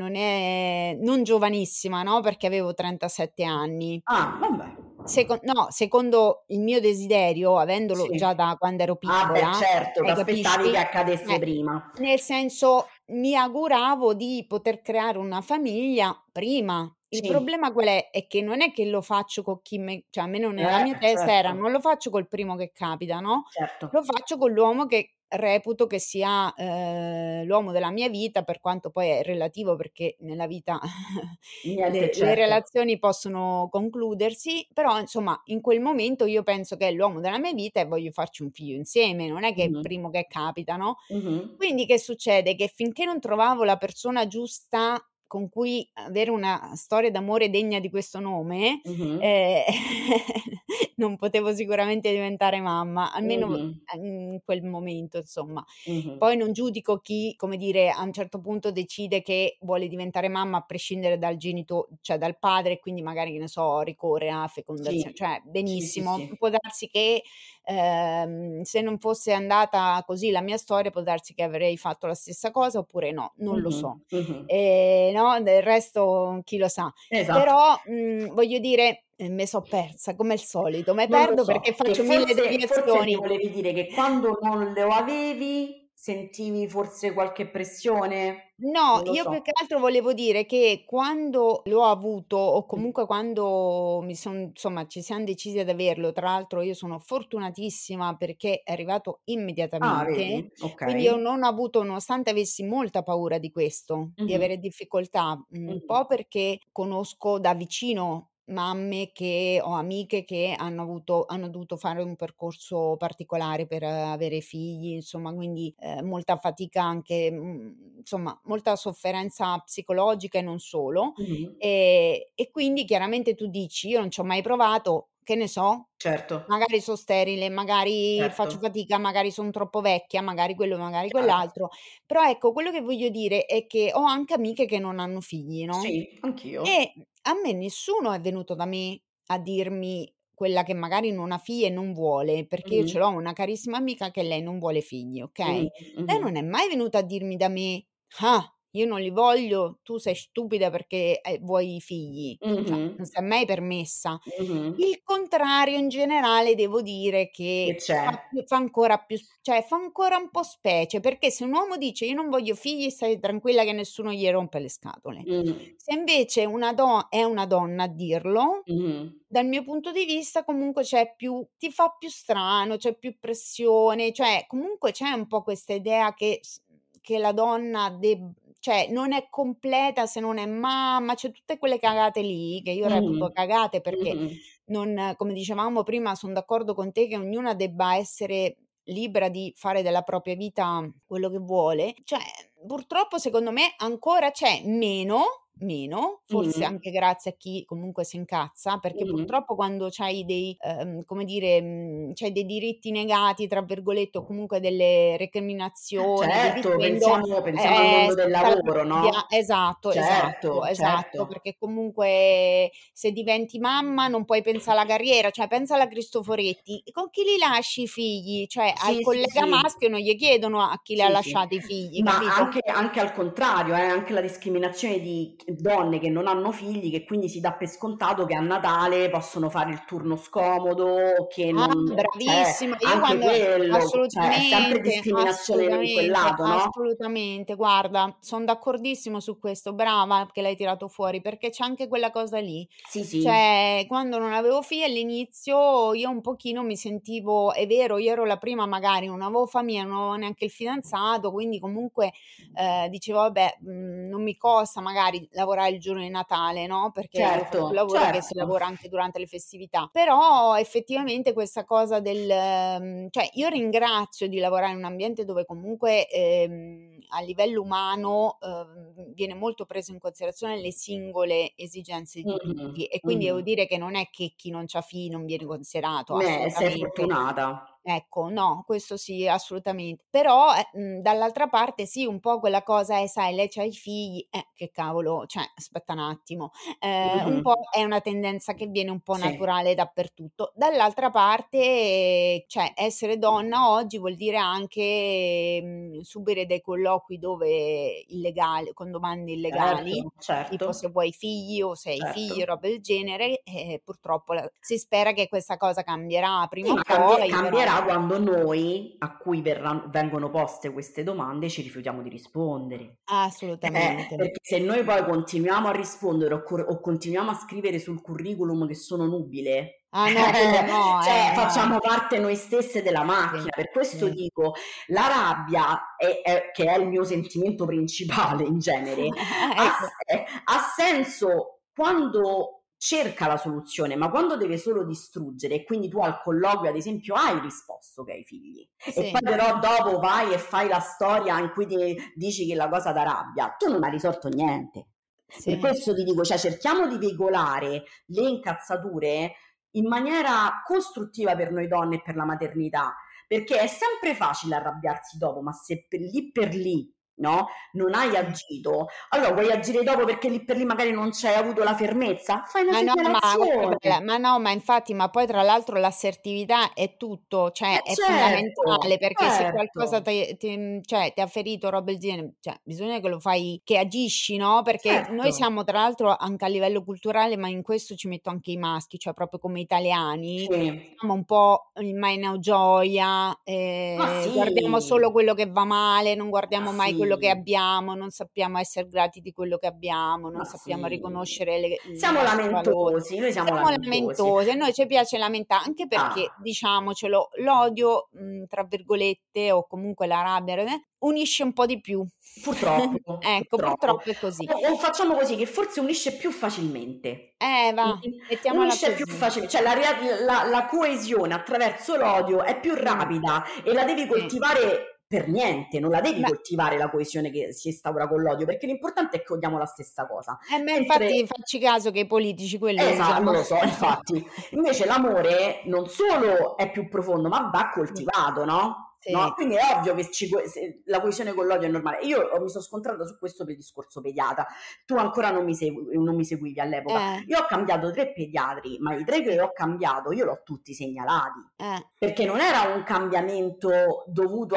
non giovanissima, no, perché avevo 37 anni. Ah, vabbè. No, secondo il mio desiderio, avendolo Sì. già da quando ero Ah, beh, piccola, certo, t'aspettavi che capisci? accadesse prima. Nel senso, mi auguravo di poter creare una famiglia prima. Il Sì, problema qual è? È che non è che lo faccio con chi me cioè almeno nella mia testa era: certo, non lo faccio col primo che capita, no, certo. lo faccio con l'uomo che reputo che sia, l'uomo della mia vita, per quanto poi è relativo perché nella vita Niente è le certo. relazioni possono concludersi, però insomma in quel momento io penso che è l'uomo della mia vita e voglio farci un figlio insieme, non è che è il Mh-mh. primo che capita, no, Mh-mh. quindi che succede? Che finché non trovavo la persona giusta con cui avere una storia d'amore degna di questo nome, Mh-mh. ehm, non potevo sicuramente diventare mamma, almeno, Mh-mh. in quel momento insomma. Mh-mh. Poi non giudico chi, come dire, a un certo punto decide che vuole diventare mamma a prescindere dal cioè dal padre e quindi magari, che ne so, ricorre a fecondazio Sì. cioè Sì, sì, benissimo. sì. Può darsi che, se non fosse andata così la mia storia, può darsi che avrei fatto la stessa cosa oppure no, non lo Mh-mh. so. Mh-mh. No, del resto chi lo sa. Esatto. Però, voglio dire, me so' persa come al solito, me Non lo perdo so, perché che faccio 1000 forse mi deviazioni. volevi dire che quando non lo avevi sentivi forse qualche pressione? No, Non lo io più che so. altro volevo dire che quando l'ho avuto o comunque quando insomma, ci siam decisi ad averlo, tra l'altro io sono fortunatissima perché è arrivato Ah, immediatamente, vedi? quindi io Okay. non ho avuto, nonostante avessi molta paura di questo, di Mh-mh. avere difficoltà, un Mh-mh. po' perché conosco da vicino mamme che ho amiche che hanno dovuto fare un percorso particolare per avere figli, insomma, quindi, molta fatica anche, insomma, molta sofferenza psicologica e non solo. Mh-mh. E quindi chiaramente tu dici: "Io non c'ho mai provato, che ne so, Certo, magari so' sterile, magari faccio certo, fatica, magari son troppo vecchia, magari quello, magari chiaro. quell'altro". Però ecco, quello che voglio dire è che ho anche amiche che non hanno figli, no? Sì, anch'io. E a me nessuno è venuto da me a dirmi, quella che magari non ha figli e non vuole, perché io Mh-mh. ce l'ho una carissima amica che lei non vuole figli, Mh, okay, lei mh-mh. non è mai venuta a dirmi da me: "Ah, io non li voglio, tu sei stupida perché, vuoi i figli." Cioè, Mh-mh. non s'è mai permessa. Mh-mh. Il contrario in generale devo dire Che che c'è? fa ancora più cioè fa ancora un po' specie, perché se un uomo dice: "Io non voglio figli", stai tranquilla che nessuno gli rompe le scatole. Mh. Se invece è una donna a dirlo, Mh-mh. dal mio punto di vista comunque ti fa più strano, c'è più pressione, cioè comunque c'è un po' questa idea che la donna cioè non è completa se non è mamma, c'è tutte quelle cagate lì che io Mh-mh. reputo cagate perché Mh-mh. non, come dicevamo prima, son d'accordo con te che ognuna debba essere libera di fare della propria vita quello che vuole. Cioè, purtroppo secondo me ancora c'è meno, forse Mh. anche grazie a chi comunque si incazza, perché Mh-mh. purtroppo quando c'hai dei, come dire, c'hai dei "diritti negati" tra virgolette o comunque delle recriminazioni, via Certo, dicendo, pensiamo al mondo del scatta la lavoro, rabbia. no? Esatto, Certo, esatto, certo. perché comunque se diventi mamma non puoi pensa alla carriera, cioè pensa alla Cristoforetti, con chi li lasci i figli? Cioè al Sì, sì, collega sì. maschio non gli chiedono a chi li ha Sì, sì. lasciati i figli, Ma capito? anche al contrario, anche la discriminazione di donne che non hanno figli, che quindi si dà per scontato che a Natale possono fare il turno scomodo, che Ah, non cioè bravissima. Io anche quando quello, cioè è sempre assolutamente, discriminazione in quel assolutamente, lato, no? assolutamente. Guarda, son d'accordissimo su questo, brava che l'hai tirato fuori, perché c'è anche quella cosa lì. Sì, sì, Cioè, quando non avevo figli all'inizio io un pochino mi sentivo, è vero, io ero la prima magari, non avevo famiglia, non avevo neanche il fidanzato, quindi comunque, dicevo: "Vabbè, non mi costa magari lavorare il giorno di Natale", no, perché io faccio un certo, lavoro che si certo. lavora anche durante le festività. Però effettivamente questa cosa del cioè io ringrazio di lavorare in un ambiente dove comunque, a livello umano, viene molto preso in considerazione le singole esigenze di Mh-mh, tutti e quindi devo mh-mh. dire che non è che chi non c'ha figli non viene considerato, Sei assolutamente. fortunata. Ecco, no, questo sì, assolutamente. Però, dall'altra parte sì, un po' quella cosa sai, lei c'ha i figli, che cavolo, cioè aspetta un attimo, un Mh-mh. po' è una tendenza che viene un po' Sì. naturale dappertutto. Dall'altra parte, cioè essere donna oggi vuol dire anche, subire dei colloqui dove illegali con domande illegali, Certo, tipo certo, se vuoi figli o se hai figli, certo. roba del genere, purtroppo si spera che questa cosa cambierà Sì, prima ma o poi, però cambierà quando noi, a cui vengono poste queste domande, ci rifiutiamo di rispondere. assolutamente. Perché se noi poi continuiamo a rispondere o continuiamo a scrivere sul curriculum che sono nubile, Ah no, quello no, cioè no. facciamo parte noi stesse della Sì, macchina. Per questo sì. dico, la rabbia, che è il mio sentimento principale in genere, Ecco, ha senso quando cerca la soluzione, ma quando deve solo distruggere e quindi tu al colloquio, ad esempio, hai risposto che hai figli e poi sì, però dopo vai e fai la storia in cui ti dici che la cosa dà rabbia, tu non hai risolto niente. Per sì. questo ti dico, cioè cerchiamo di veicolare le incazzature in maniera costruttiva per noi donne e per la maternità, perché è sempre facile arrabbiarsi dopo, ma se per lì, no, non hai Sì. agito, allora vuoi agire dopo perché lì per lì magari non c'hai avuto la fermezza? Fai una Ma no, ma guarda segnalazione. ma no, ma infatti, ma poi tra l'altro l'assertività è tutto, cioè è fondamentale, Certo, perché se qualcosa certo, cioè ti ha ferito, roba del genere, cioè bisogna che lo fai che agisci, no, perché noi certo. siamo tra l'altro anche a livello culturale, ma in questo ci metto anche i maschi, cioè proprio come italiani, Sì. siamo un po' il mai no gioia, Ma guardiamo solo sì, quello che va male, non ma guardiamo mai quello che sì, abbiamo, non sappiamo esser grati di quello che abbiamo, non ma sappiamo sì. riconoscere il Siamo nostro valore. lamentosi, noi siamo Siamo lamentosi. lamentose, a noi ci piace anche perché, Ah, diciamocelo, l'odio, tra virgolette, o comunque la rabbia, unisce un po' di più. purtroppo, Ecco, purtroppo. purtroppo è così. O facciamo così, che forse unisce più facilmente. Va, mettiamola Unisce più così. facile, cioè la coesione attraverso l'odio è più Mh, rapida e la devi sì. coltivare per niente, non la devi Ma coltivare la coesione che si instaura con l'odio, perché l'importante è che odiamo la stessa cosa. ma infatti Mentre facci caso che i politici quello non usano. lo so, infatti. Invece l'amore non solo è più profondo, ma va Sì, coltivato, no? No? sì, Quindi è ovvio che la coesione con l'odio è normale. Io mi sono scontrata su questo per il discorso pediatra. Tu ancora non mi seguivi all'epoca. eh, Io ho cambiato 3 pediatri, ma i 3 che sì, ho cambiato io l'ho tutti segnalati. eh, Perché non era un cambiamento dovuto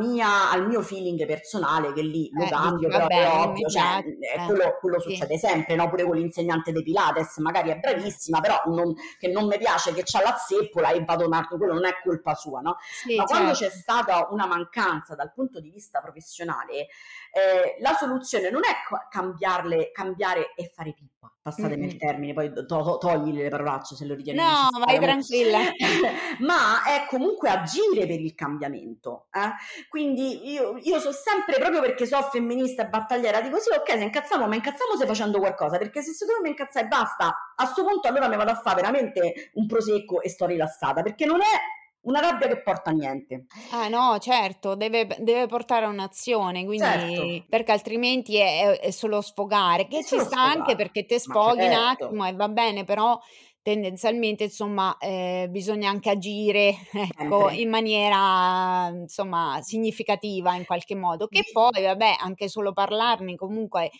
al mio feeling personale, che lì lo dici: cambio, però è "Vabbè, non mi ovvio, cioè, piace", quello sì, succede sempre, no? Pure con l'insegnante dei Pilates, magari è bravissima, però che non mi piace che c'ha la zeppola e vado matto, quello non è colpa sua, no? Ma sì, quando c'è certo. stata una mancanza dal punto di vista professionale, la soluzione non è cambiare e fare pippa. passatemi il Mh-mh. termine, poi togli le parolacce se lo ritieni No, vai necessario, tranquilla. ma è comunque agire per il cambiamento. Quindi io so sempre, proprio perché so femminista e battagliera, dico sì, ok, se incazziamo, ma incazziamoci facendo qualcosa, perché se secondo me incazzare e basta, a sto punto allora mi vado a fare veramente un prosecco e sto rilassata, perché non è una rabbia che porta a niente. Ah no, certo, deve portare a un'azione, Certo, quindi perché altrimenti è solo sfogare, è che ci solo sta anche sfogare, perché te ma sfoghi un attimo certo, e va bene, però tendenzialmente insomma, bisogna anche agire, ecco, sempre. in maniera insomma significativa in qualche modo, che Di poi vabbè anche solo parlarne comunque,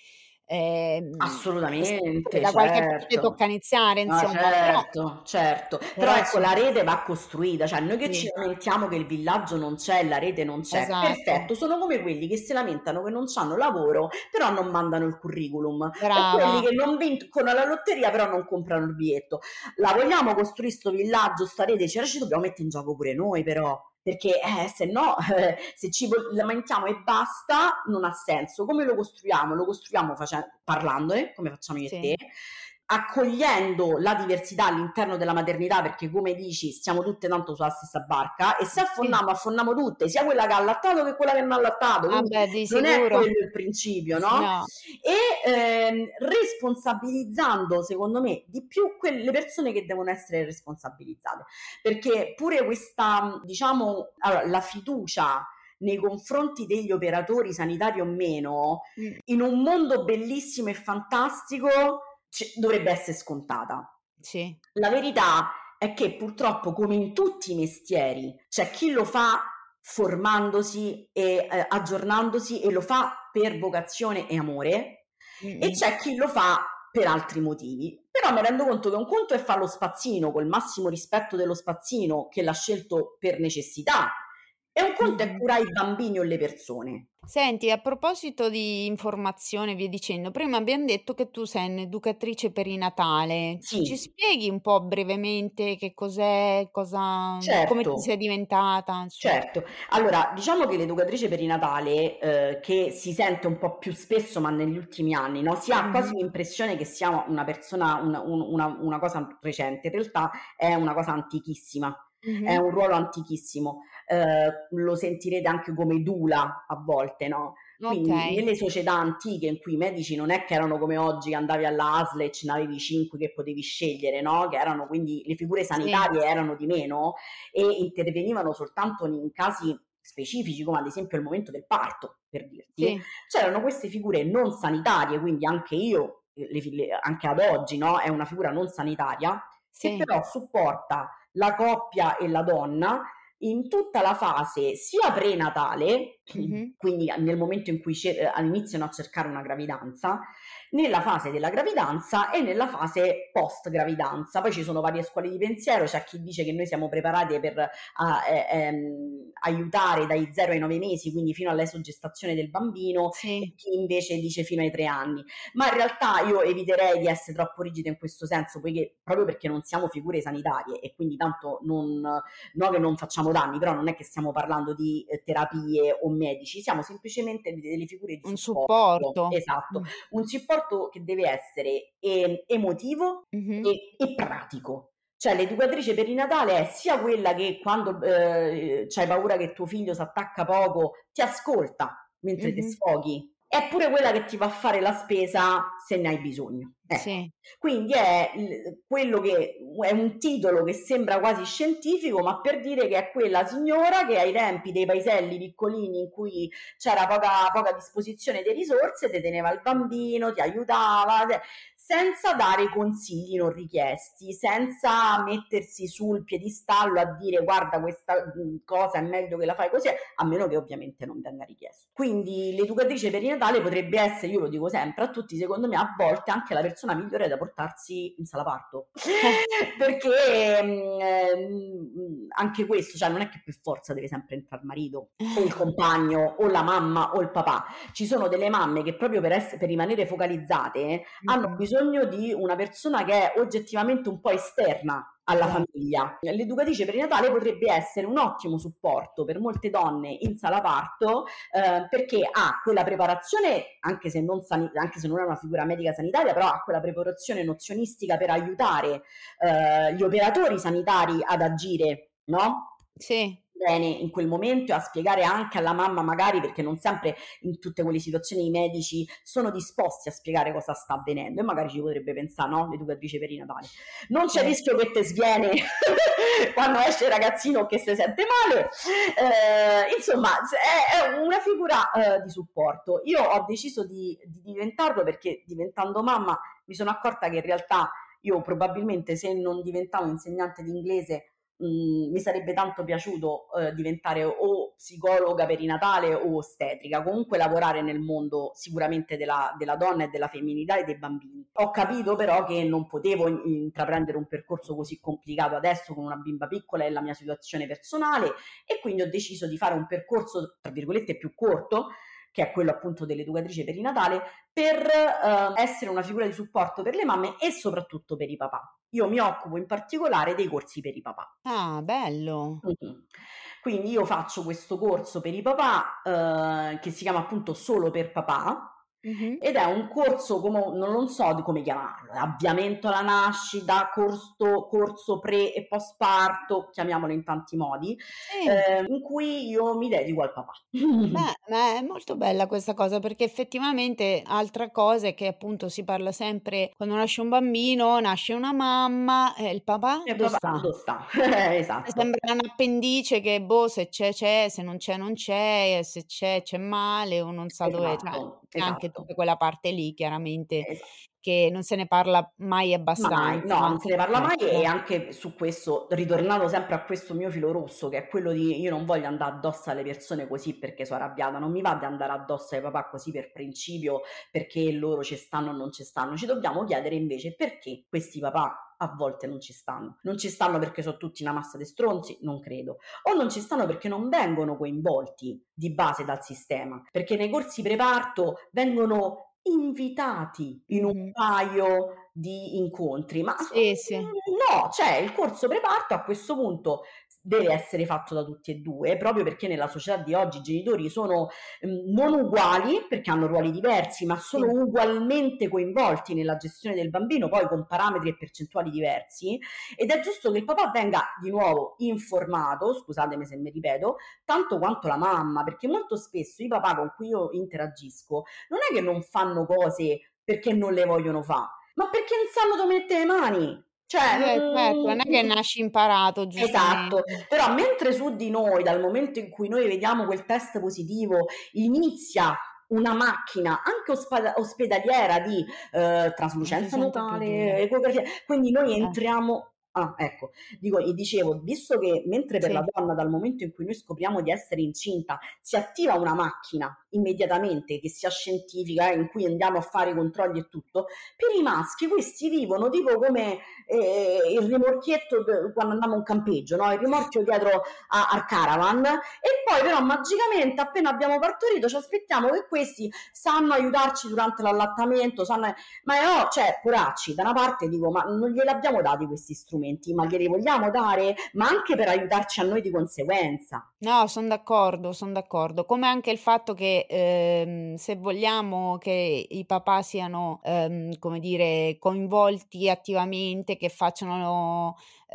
Assolutamente, da qualche parte certo. tocca iniziare No, insomma, certo, certo. Però però ecco, insomma la rete va costruita, cioè noi che ci sì, lamentiamo che il villaggio non c'è, la rete non c'è, esatto, perfetto, sono come quelli che si lamentano che non c'hanno lavoro, però non mandano il curriculum, o quelli brava, che non vincono la lotteria, però non comprano il biglietto. La vogliamo costruire sto villaggio, sta rete, ci dobbiamo mettere in gioco pure noi però. Perché se no, se ci lamentiamo e basta, non ha senso. Come lo costruiamo? Lo costruiamo parlandone, come facciamo io e te, sì, accogliendo la diversità all'interno della maternità, perché come dici stiamo tutte tanto sulla stessa barca, e se sì. affondiamo tutte, sia quella che ha allattato che quella che non ha allattato, Ah quindi beh, di non è sicuro. quello il principio, no? No, E responsabilizzando secondo me di più quelle persone che devono essere responsabilizzate, perché pure questa, diciamo, allora, la fiducia nei confronti degli operatori sanitari o meno, mh, in un mondo bellissimo e fantastico, dovrebbe essere scontata. sì, La verità è che purtroppo, come in tutti i mestieri, c'è chi lo fa formandosi e aggiornandosi e lo fa per vocazione e amore, e mh-mh, c'è chi lo fa per altri motivi. Però mi rendo conto che un conto è fare lo spazzino, col massimo rispetto dello spazzino che l'ha scelto per necessità, e un conto è mh-mh. curare i bambini o le persone. Senti, a proposito di informazione e via dicendo, prima abbiam detto che tu sei un'educatrice perinatale. Ci Sì, spieghi un po' brevemente che cos'è, come ci certo. sei diventata, insomma? Certo. Allora, diciamo che l'educatrice perinatale, che si sente un po' più spesso, ma negli ultimi anni, no, si ha quasi Mh-mh, l'impressione che sia una persona, una cosa recente. In realtà è una cosa antichissima, è mh-mh, un ruolo antichissimo. Lo sentirete anche come doula a volte, no? Quindi okay, nelle società antiche in cui i medici non è che erano come oggi, che andavi alla ASL e ce n'avevi 5 che potevi scegliere, no? Che erano quindi le figure sì, sanitarie erano di meno, e intervenivano soltanto in casi specifici, come ad esempio il momento del parto, per dirti, sì, c'erano queste figure non sanitarie, quindi anche io, anche ad oggi, no, è una figura non sanitaria, che sì, però supporta la coppia e la donna in tutta la fase sia prenatale, mh-mh, quindi nel momento in cui iniziano a cercare una gravidanza, nella fase della gravidanza e nella fase post gravidanza. Poi ci sono varie scuole di pensiero, c'è chi dice che noi siamo preparati per aiutare dai 0 ai 9 mesi, quindi fino all'esogestazione del bambino, e sì, chi invece dice fino ai 3 anni. Ma in realtà io eviterei di essere troppo rigida in questo senso, poiché proprio perché non siamo figure sanitarie e quindi tanto no che non facciamo danni, però non è che stiamo parlando di terapie o medici, siamo semplicemente delle figure di un supporto, supporto. esatto, un supporto che deve essere emotivo Mh-mh, e pratico. Cioè l'educatrice perinatale è sia quella che quando c'hai paura che tuo figlio si attacca poco, ti ascolta mentre ti mh-mh, sfoghi, è pure quella che ti va a fare la spesa se ne hai bisogno. Ecco. sì, Quindi è quello che è un titolo che sembra quasi scientifico, ma per dire che è quella signora che ai tempi dei paeselli piccolini in cui c'era poca disposizione di risorse, ti teneva il bambino, ti aiutava, senza dare consigli non richiesti, senza mettersi sul piedistallo a dire guarda questa cosa è meglio che la fai così, a meno che ovviamente non venga richiesto. Quindi l'educatrice perinatale potrebbe essere, io lo dico sempre a tutti, secondo me a volte anche la persona migliore da portarsi in sala parto. Perché anche questo, cioè non è che per forza deve sempre entrare il marito o il compagno o la mamma o il papà. Ci sono delle mamme che proprio per rimanere focalizzate hanno mh-mh. bisogno bisogno di una persona che è oggettivamente un po' esterna alla Certo. famiglia. L'educatrice perinatale potrebbe essere un ottimo supporto per molte donne in sala parto, perché ha quella preparazione, anche se non è una figura medica sanitaria, però ha quella preparazione nozionistica per aiutare gli operatori sanitari ad agire, no? Sì. Bene in quel momento, e a spiegare anche alla mamma, magari, perché non sempre in tutte quelle situazioni i medici sono disposti a spiegare cosa sta avvenendo, e magari ci potrebbe pensare, no? L'educatrice perinatale. Non c'è Certo. rischio che te sviene quando esce il ragazzino che si sente male. Insomma, è una figura di supporto. Io ho deciso di diventarlo perché, diventando mamma, mi sono accorta che in realtà io probabilmente, se non diventavo insegnante di inglese, mi sarebbe tanto piaciuto diventare o psicologa perinatale o ostetrica, comunque lavorare nel mondo sicuramente della donna e della femminilità e dei bambini. Ho capito però che non potevo intraprendere un percorso così complicato adesso con una bimba piccola e la mia situazione personale, e quindi ho deciso di fare un percorso, tra virgolette, più corto, che è quello appunto dell'educatrice perinatale, per essere una figura di supporto per le mamme e soprattutto per i papà. Io mi occupo in particolare dei corsi per i papà. Ah, bello. Mh-mh. Quindi io faccio questo corso per i papà, che si chiama appunto Solo per papà, Mh-mh. ed è un corso, non so di come chiamarlo, avviamento alla nascita, corso pre e post parto, chiamiamolo in tanti modi, Sì. in cui io mi dedico al papà. Beh, ma è molto bella questa cosa, perché effettivamente altra cosa è che appunto si parla sempre quando nasce un bambino, nasce una mamma e il papà E dove papà sta? dove sta? Esatto, Sembra un appendice che boh, se c'è, se non c'è non c'è, e se c'è male o non sa dove cioè esatto, c'è anche esatto, tutta quella parte lì chiaramente esa che non se ne parla mai mai, no, abbastanza. non se ne parla mai, e Ecco. anche su questo, ritornando sempre a questo mio filo rosso, che è quello di: io non voglio andare addosso alle persone così perché so arrabbiata, non mi va di andare addosso ai papà così per principio, perché loro ci stanno o non ci stanno. Ci dobbiamo chiedere invece perché questi papà a volte non ci stanno. Non ci stanno perché sono tutti una massa di stronzi? Non credo. O non ci stanno perché non vengono coinvolti di base dal sistema, perché nei corsi preparto vengono invitati in un Mh-mh. paio di incontri, ma Sì, sì. no, cioè il corso preparto a questo punto deve essere fatto da tutti e due, proprio perché nella società di oggi i genitori sono non uguali, perché hanno ruoli diversi, ma sono Sì. ugualmente coinvolti nella gestione del bambino, poi con parametri e percentuali diversi, ed è giusto che il papà venga di nuovo informato, scusatemi se mi ripeto, tanto quanto la mamma, perché molto spesso i papà con cui io interagisco non è che non fanno cose perché non le vogliono fare, ma perché non sanno dove mettere le mani. Cioè, Certo, non è che nasci imparato esatto, giustamente. però mentre su di noi, dal momento in cui noi vediamo quel test positivo, inizia una macchina anche ospedaliera di traslucenza 800 più natale, 2. ecografia, quindi noi Eh, entriamo. Ah, ecco, dico, e dicevo, visto che mentre per la sì. donna, dal momento in cui noi scopriamo di essere incinta, si attiva una macchina immediatamente, che sia scientifica, in cui andiamo a fare i controlli e tutto, per i maschi questi vivono tipo come il rimorchietto quando andiamo in campeggio, no? Il rimorchio dietro al caravan, e poi però magicamente appena abbiamo partorito ci aspettiamo che questi sanno aiutarci durante l'allattamento, ma cioè, poracci, da una parte dico, ma non glieli abbiamo dati questi strumenti, ma glieli vogliamo dare? Ma anche per aiutarci a noi di conseguenza. No, son d'accordo, son d'accordo. Come anche il fatto che, se vogliamo che i papà siano, come dire, coinvolti attivamente, che facciano,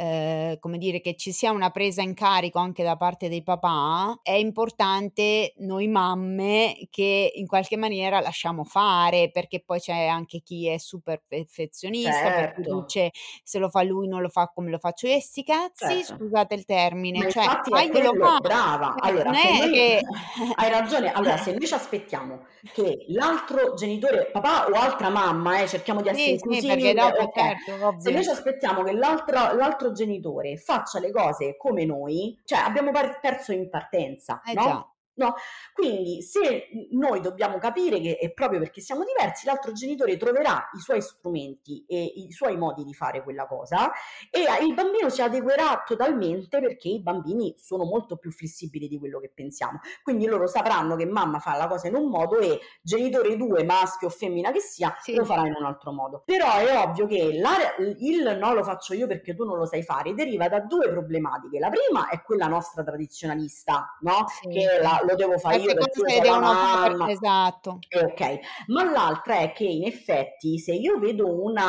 come dire, che ci sia una presa in carico anche da parte dei papà, è importante noi mamme che in qualche maniera lasciamo fare, perché poi c'è anche chi è super perfezionista, per cui Certo, dice: "Se lo fa lui non lo fa come lo faccio io". E sti cazzi, certo. scusate il termine, Ma cioè infatti è faglielo fa'. quello, brava. Non Allora, se è noi che hai ragione, allora se noi ci aspettiamo che l'altro genitore, papà o altra mamma, cerchiamo di essere sì, sì, perché inclusivi, dopo okay. certo, Se noi ovvio. ci aspettiamo che l'altro genitore faccia le cose come noi, cioè abbiamo perso in partenza, Eh già, no? no? Quindi se noi dobbiamo capire che è proprio perché siamo diversi, l'altro genitore troverà i suoi strumenti e i suoi modi di fare quella cosa e il bambino si adeguerà totalmente perché i bambini sono molto più flessibili di quello che pensiamo. Quindi loro sapranno che mamma fa la cosa in un modo e genitore 2, maschio o femmina che sia, lo Sì, farà in un altro modo. Però è ovvio che il no lo faccio io perché tu non lo sai fare deriva da due problematiche. La prima è quella nostra tradizionalista, no? sì, Che sì. lo devo fare io Certe perché io cose sono la devono fare, mamma. esatto. Ok, ma l'altra è che in effetti se io vedo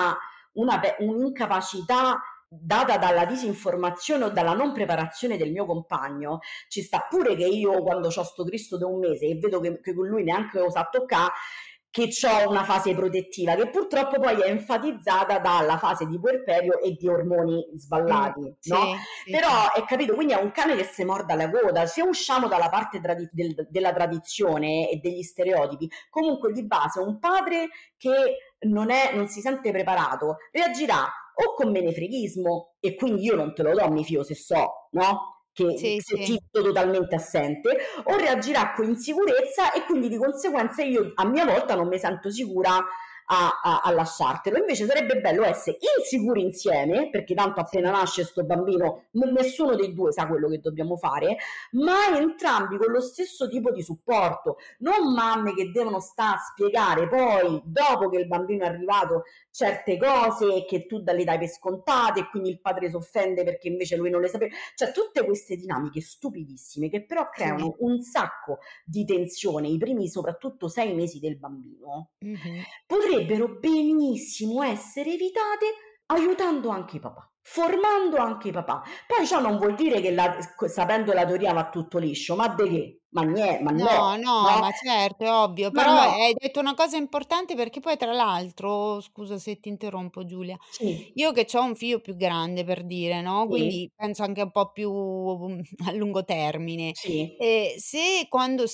un'incapacità data dalla disinformazione o dalla non preparazione del mio compagno, ci sta pure che io quando ho sto Cristo da un mese e vedo che con lui neanche lo sa toccare, che ho una fase protettiva che purtroppo poi è enfatizzata dalla fase di puerperio e di ormoni sballati, no? Sì, sì, Però sì. è capito, quindi è un cane che si morda la coda. Se usciamo dalla parte della tradizione e degli stereotipi, comunque di base un padre che non si sente preparato reagirà o con menefreghismo e quindi io non te lo do, mi fio se so, no? Che Sì, se sì. ti vedo totalmente assente, o reagirà con insicurezza e quindi di conseguenza io a mia volta non mi sento sicura a lasciartelo. Invece sarebbe bello essere insicuri insieme, perché tanto appena Sì. nasce sto bambino nessuno dei due sa quello che dobbiamo fare, ma entrambi con lo stesso tipo di supporto, non mamme che devono stare a spiegare poi dopo che il bambino è arrivato certe cose che tu le dai per scontate e quindi il padre si offende perché invece lui non le sapeva, cioè tutte queste dinamiche stupidissime che però Sì. creano un sacco di tensione i primi soprattutto 6 mesi del bambino Mh-mh. potrebbero benissimo essere evitate aiutando anche i papà, formando anche i papà. Poi ciò non vuol dire che sapendo la teoria va tutto liscio, ma de che? Ma No, no, no, no, ma certo, è ovvio, ma però no. hai detto una cosa importante perché poi tra l'altro, scusa se ti interrompo Giulia, Sì, io che c'ho un figlio più grande per dire, no, sì, quindi penso anche un po' più, a lungo termine. sì. Se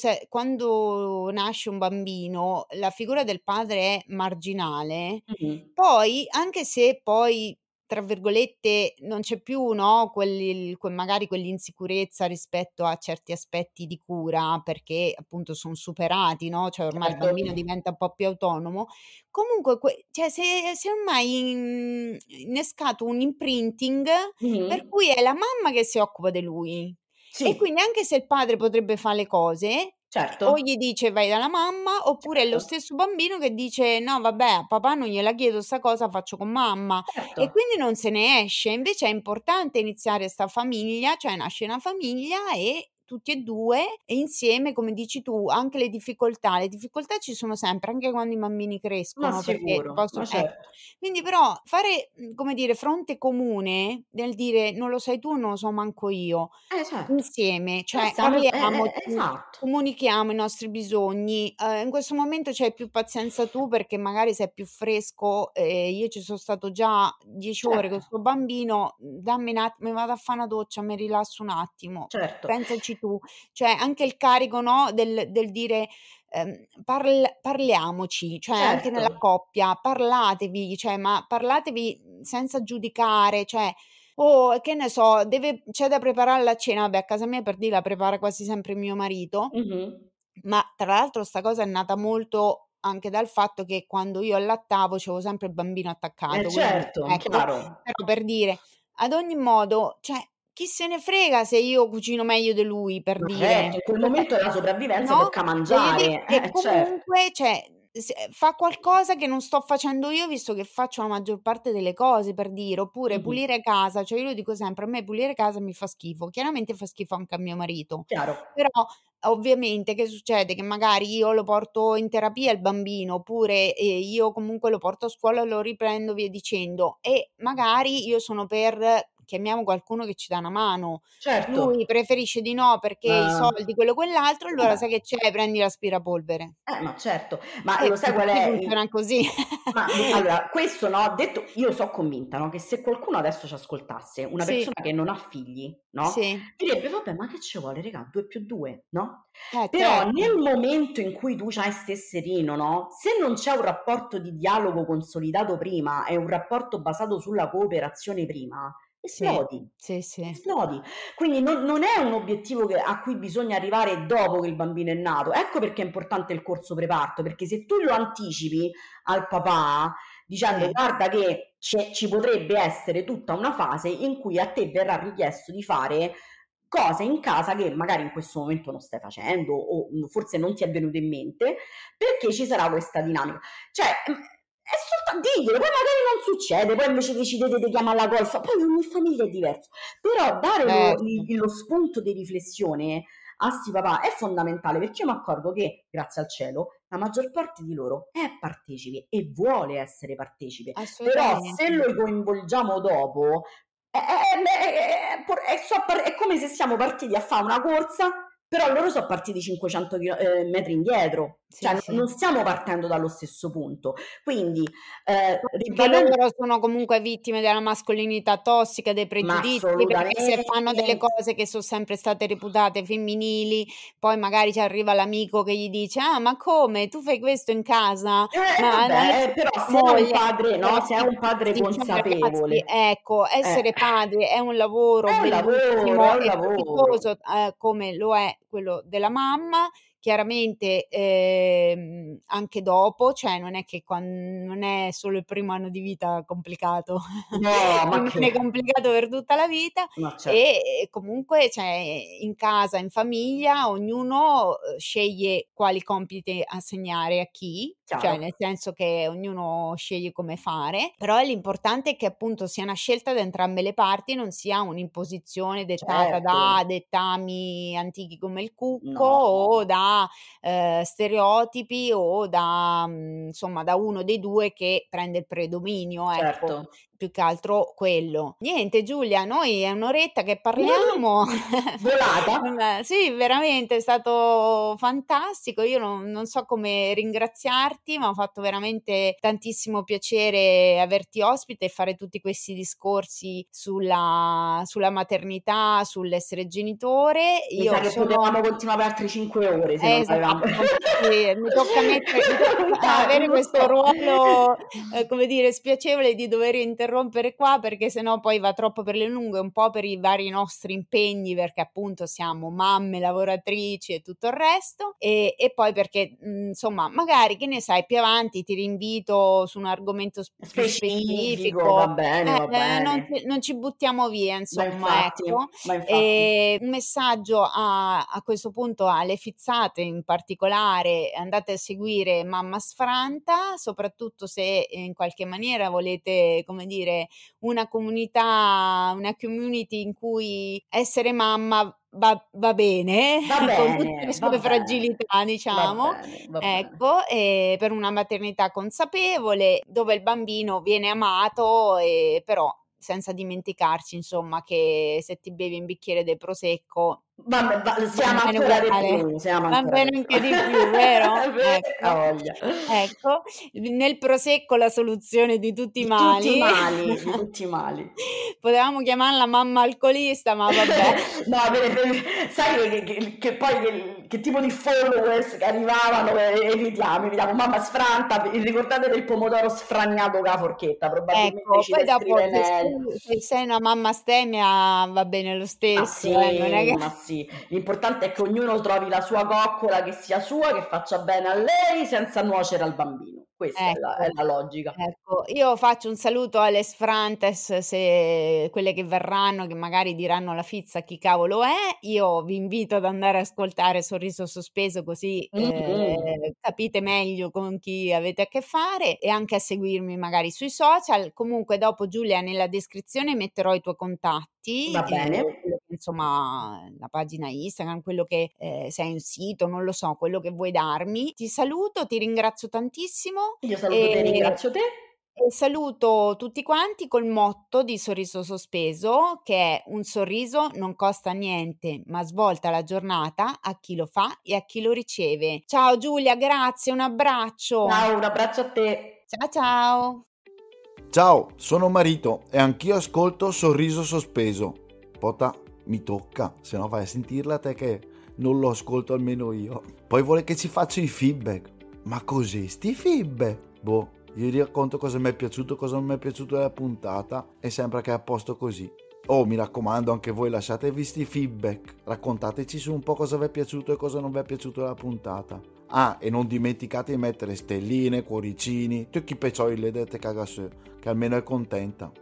quando nasce un bambino la figura del padre è marginale, Mh-mh. poi anche se poi tra virgolette, non c'è più, no, magari quell'insicurezza rispetto a certi aspetti di cura, perché appunto son superati, no, cioè ormai il Certo. bambino diventa un po' più autonomo. Comunque cioè se ormai, innescato un imprinting Mh-mh. per cui è la mamma che si occupa de lui. E Sì, quindi anche se il padre potrebbe fa le cose, o certo, gli dice: "Vai dalla mamma", oppure è lo certo, stesso bambino che dice: "No vabbè, a papà non gliela chiedo 'sta cosa, faccio con mamma". certo. E quindi non se ne esce. Invece è importante iniziare 'sta famiglia, cioè nasce una famiglia e tutti e 2 e insieme, come dici tu, anche le difficoltà ci sono sempre, anche quando i bambini Ma crescono, perché sicuro, ma possono ecco. certo. Quindi però fare, come dire, fronte comune nel dire: "Non lo sai tu, non lo so manco io", Certo. insieme, Però cioè stiamo parliamoci, esatto. comunichiamo i nostri bisogni. In questo momento c'hai più pazienza tu perché magari sei più fresco, io ci sono stato già 10 ore Certo, con 'sto bambino, dammi mi vado a fa' una doccia, mi rilasso un attimo. certo, Pensaci tu. Cioè anche il carico, no, del dire, parliamoci, cioè anche certo. nella coppia, parlatevi, cioè ma parlatevi, senza giudicare, cioè oh, che ne so, c'è da preparare la cena, vabbè a casa mia per dire la prepara quasi sempre mio marito, Mh-mh. ma tra l'altro 'sta cosa è nata molto anche dal fatto che quando io allattavo c'avevo sempre il bambino attaccato, quindi Certo, ecco, chiaro. però per dire, ad ogni modo, cioè chi se ne frega se io cucino meglio di lui, per Ma certo, dire. in quel momento la sopravvivenza No, tocca voglio dì mangiare, che certo. comunque, cioè, fa qualcosa che non sto facendo io, visto che faccio la maggior parte delle cose, per dire, oppure Mh-mh. pulire casa, cioè io lo dico sempre, a me pulire casa mi fa schifo, chiaramente fa schifo anche a mio marito, Chiaro. però ovviamente che succede? Che magari io lo porto in terapia il bambino, oppure, io comunque lo porto a scuola e lo riprendo, via dicendo, e magari io sono per chiamiamo qualcuno che ci dà una mano. Certo. Lui preferisce di no perché i Ah, soldi, quello, quell'altro, allora vabbè. sai che c'è? Prendi l'aspirapolvere. Ma certo. Ma lo sai qual Tutti è il funzionan così. allora questo no, detto io so convinta, no, che se qualcuno adesso ci ascoltasse, una Sì, persona che non ha figli, no, sì, direbbe: "Vabbè, ma che ci vuole regà, 2+2", no, però certo. nel momento in cui tu c'hai stesserino, no, se non c'è un rapporto di dialogo consolidato prima e un rapporto basato sulla cooperazione prima, Sì, esplodi, sì, sì. esplodi. Quindi non è un obiettivo a cui bisogna arrivare dopo che il bambino è nato. Ecco perché è importante il corso preparto, perché se tu lo anticipi al papà dicendo Sì. guarda che ci potrebbe essere tutta una fase in cui a te verrà richiesto di fare cose in casa che magari in questo momento non stai facendo o forse non ti è venuto in mente, perché ci sarà questa dinamica. Cioè, è soltanto diglielo, poi magari non succede, poi invece decidete di chiamare la golfa, poi ogni famiglia è diverso, però dare Certo. lo spunto di riflessione a sti papà è fondamentale, perché io mi accorgo che, grazie al cielo, la maggior parte di loro è partecipe e vuole essere partecipe, però se Assolutamente. lo coinvolgiamo dopo, è come se siamo partiti a fare una corsa, però loro sono partiti 500 metri indietro, Sì, cioè sì. non stiamo partendo dallo stesso punto. Quindi, Anche riprendendo, loro sono comunque vittime della mascolinità tossica, dei ma pregiudizi, perché se assolutamente, fanno delle cose che son sempre state reputate femminili, poi magari ci arriva l'amico che gli dice: "Ah, ma come? Tu fai questo in casa?" Ma non è vabbè, però se è un moglie, padre, no, se è un padre diciamo ragazzi, consapevole, ecco, essere padri è un lavoro è un lavoro, è bellissimo un e lavoro. faticoso, come lo è quello della mamma. Chiaramente, anche dopo, cioè non è che non è solo il primo anno di vita complicato, No, ma rimane che, complicato per tutta la vita ma certo, e comunque, cioè, in casa, in famiglia, ognuno, sceglie quali compiti assegnare a chi, cioè chiaro, nel senso che ognuno sceglie come fare, però l'importante è che appunto sia una scelta da entrambe le parti, non sia un'imposizione dettata certo, da dettami antichi come il cucco no, o da, stereotipi o da insomma da uno dei 2 che prende il predominio, ecco. certo. Più che altro quello. Niente Giulia, noi è un'oretta che parliamo. Volata? Sì, veramente è stato fantastico. Io non so come ringraziarti, m'ha fatto veramente tantissimo piacere averti ospite e fare tutti questi discorsi sulla maternità, sull'essere genitore. Mi sa Io che sono potevamo continuare per altri 5 ore se non avevamo esatto, sì, mi tocca avere lo questo so. ruolo, come dire, spiacevole di dover interrompere qua, perché se no poi va troppo per le lunghe, un po' per i vari nostri impegni, perché appunto siamo mamme lavoratrici e tutto il resto, e poi perché, insomma, magari, che ne sai, più avanti ti rinvito su un argomento più Specifico, specifico, va bene. non ci buttiamo via insomma, ecco. Ma infatti. Un messaggio a questo punto alle fizzate in particolare: andate a seguire Mamma Sfranta, soprattutto se in qualche maniera volete, come dire, una comunità, una community in cui essere mamma va bene, con tutte le Va sue bene, fragilità diciamo, va bene. ecco, per una maternità consapevole, dove il bambino viene amato, però senza dimenticarci insomma che se ti bevi un bicchiere de prosecco Vabbè, va siamo bene ancora di uguale, più, siamo va ancora bene di più. anche di più, vero? A Ecco, voglia. ecco, nel prosecco la soluzione di tutti i Di tutti i mali. mali, di tutti i mali. Potevamo chiamarla mamma alcolista, ma vabbè. No, sai che poi che tipo di followers che arrivavano, evitiamo, mamma sfranta, ricordate del pomodoro sfragnato con la forchetta, probabilmente Ecco, ci poi dopo descrive meglio. se sei una mamma stemia va bene lo stesso, non è che Ma sì, l'importante è che ognuno trovi la sua coccola che sia sua, che faccia bene a lei senza nuocere al bambino. Questa è ecco, la logica. ecco. Io faccio un saluto alle sfrantes, se quelle che verranno, che magari diranno la fizza chi cavolo è. Io vi invito ad andare a ascoltare Sorriso Sospeso così, Mm-mm. capite meglio con chi avete a che fare e anche a seguirmi magari sui social. Comunque dopo Giulia nella descrizione metterò i tuoi contatti, Va bene, quello che insomma la pagina Instagram, quello che se hai un sito, non lo so, quello che vuoi darmi. Ti saluto, ti ringrazio tantissimo. io saluto te, Ehm, ringrazio te. e saluto tutti quanti col motto di Sorriso Sospeso, che è: "Un sorriso non costa niente, ma svolta la giornata a chi lo fa e a chi lo riceve". Ciao Giulia, grazie, un abbraccio. Ciao, un abbraccio a te. Ciao. Ciao, sono Marito e anch'io ascolto Sorriso Sospeso. Pota, mi tocca, se no vai a sentirla te che non lo ascolto almeno io. Poi vuole che ci faccia i feedback. Ma così, sti feedback? Boh, io gli racconto cosa mi è piaciuto, cosa non mi è piaciuto della puntata e sembra che è a posto così. Oh, mi raccomando, anche voi lasciatevi sti feedback, raccontateci su un po' cosa vi è piaciuto e cosa non vi è piaciuto della puntata. Ah, e non dimenticate di mettere stelline, cuoricini, tutti i peccioli le dette cagasù, che almeno è contenta.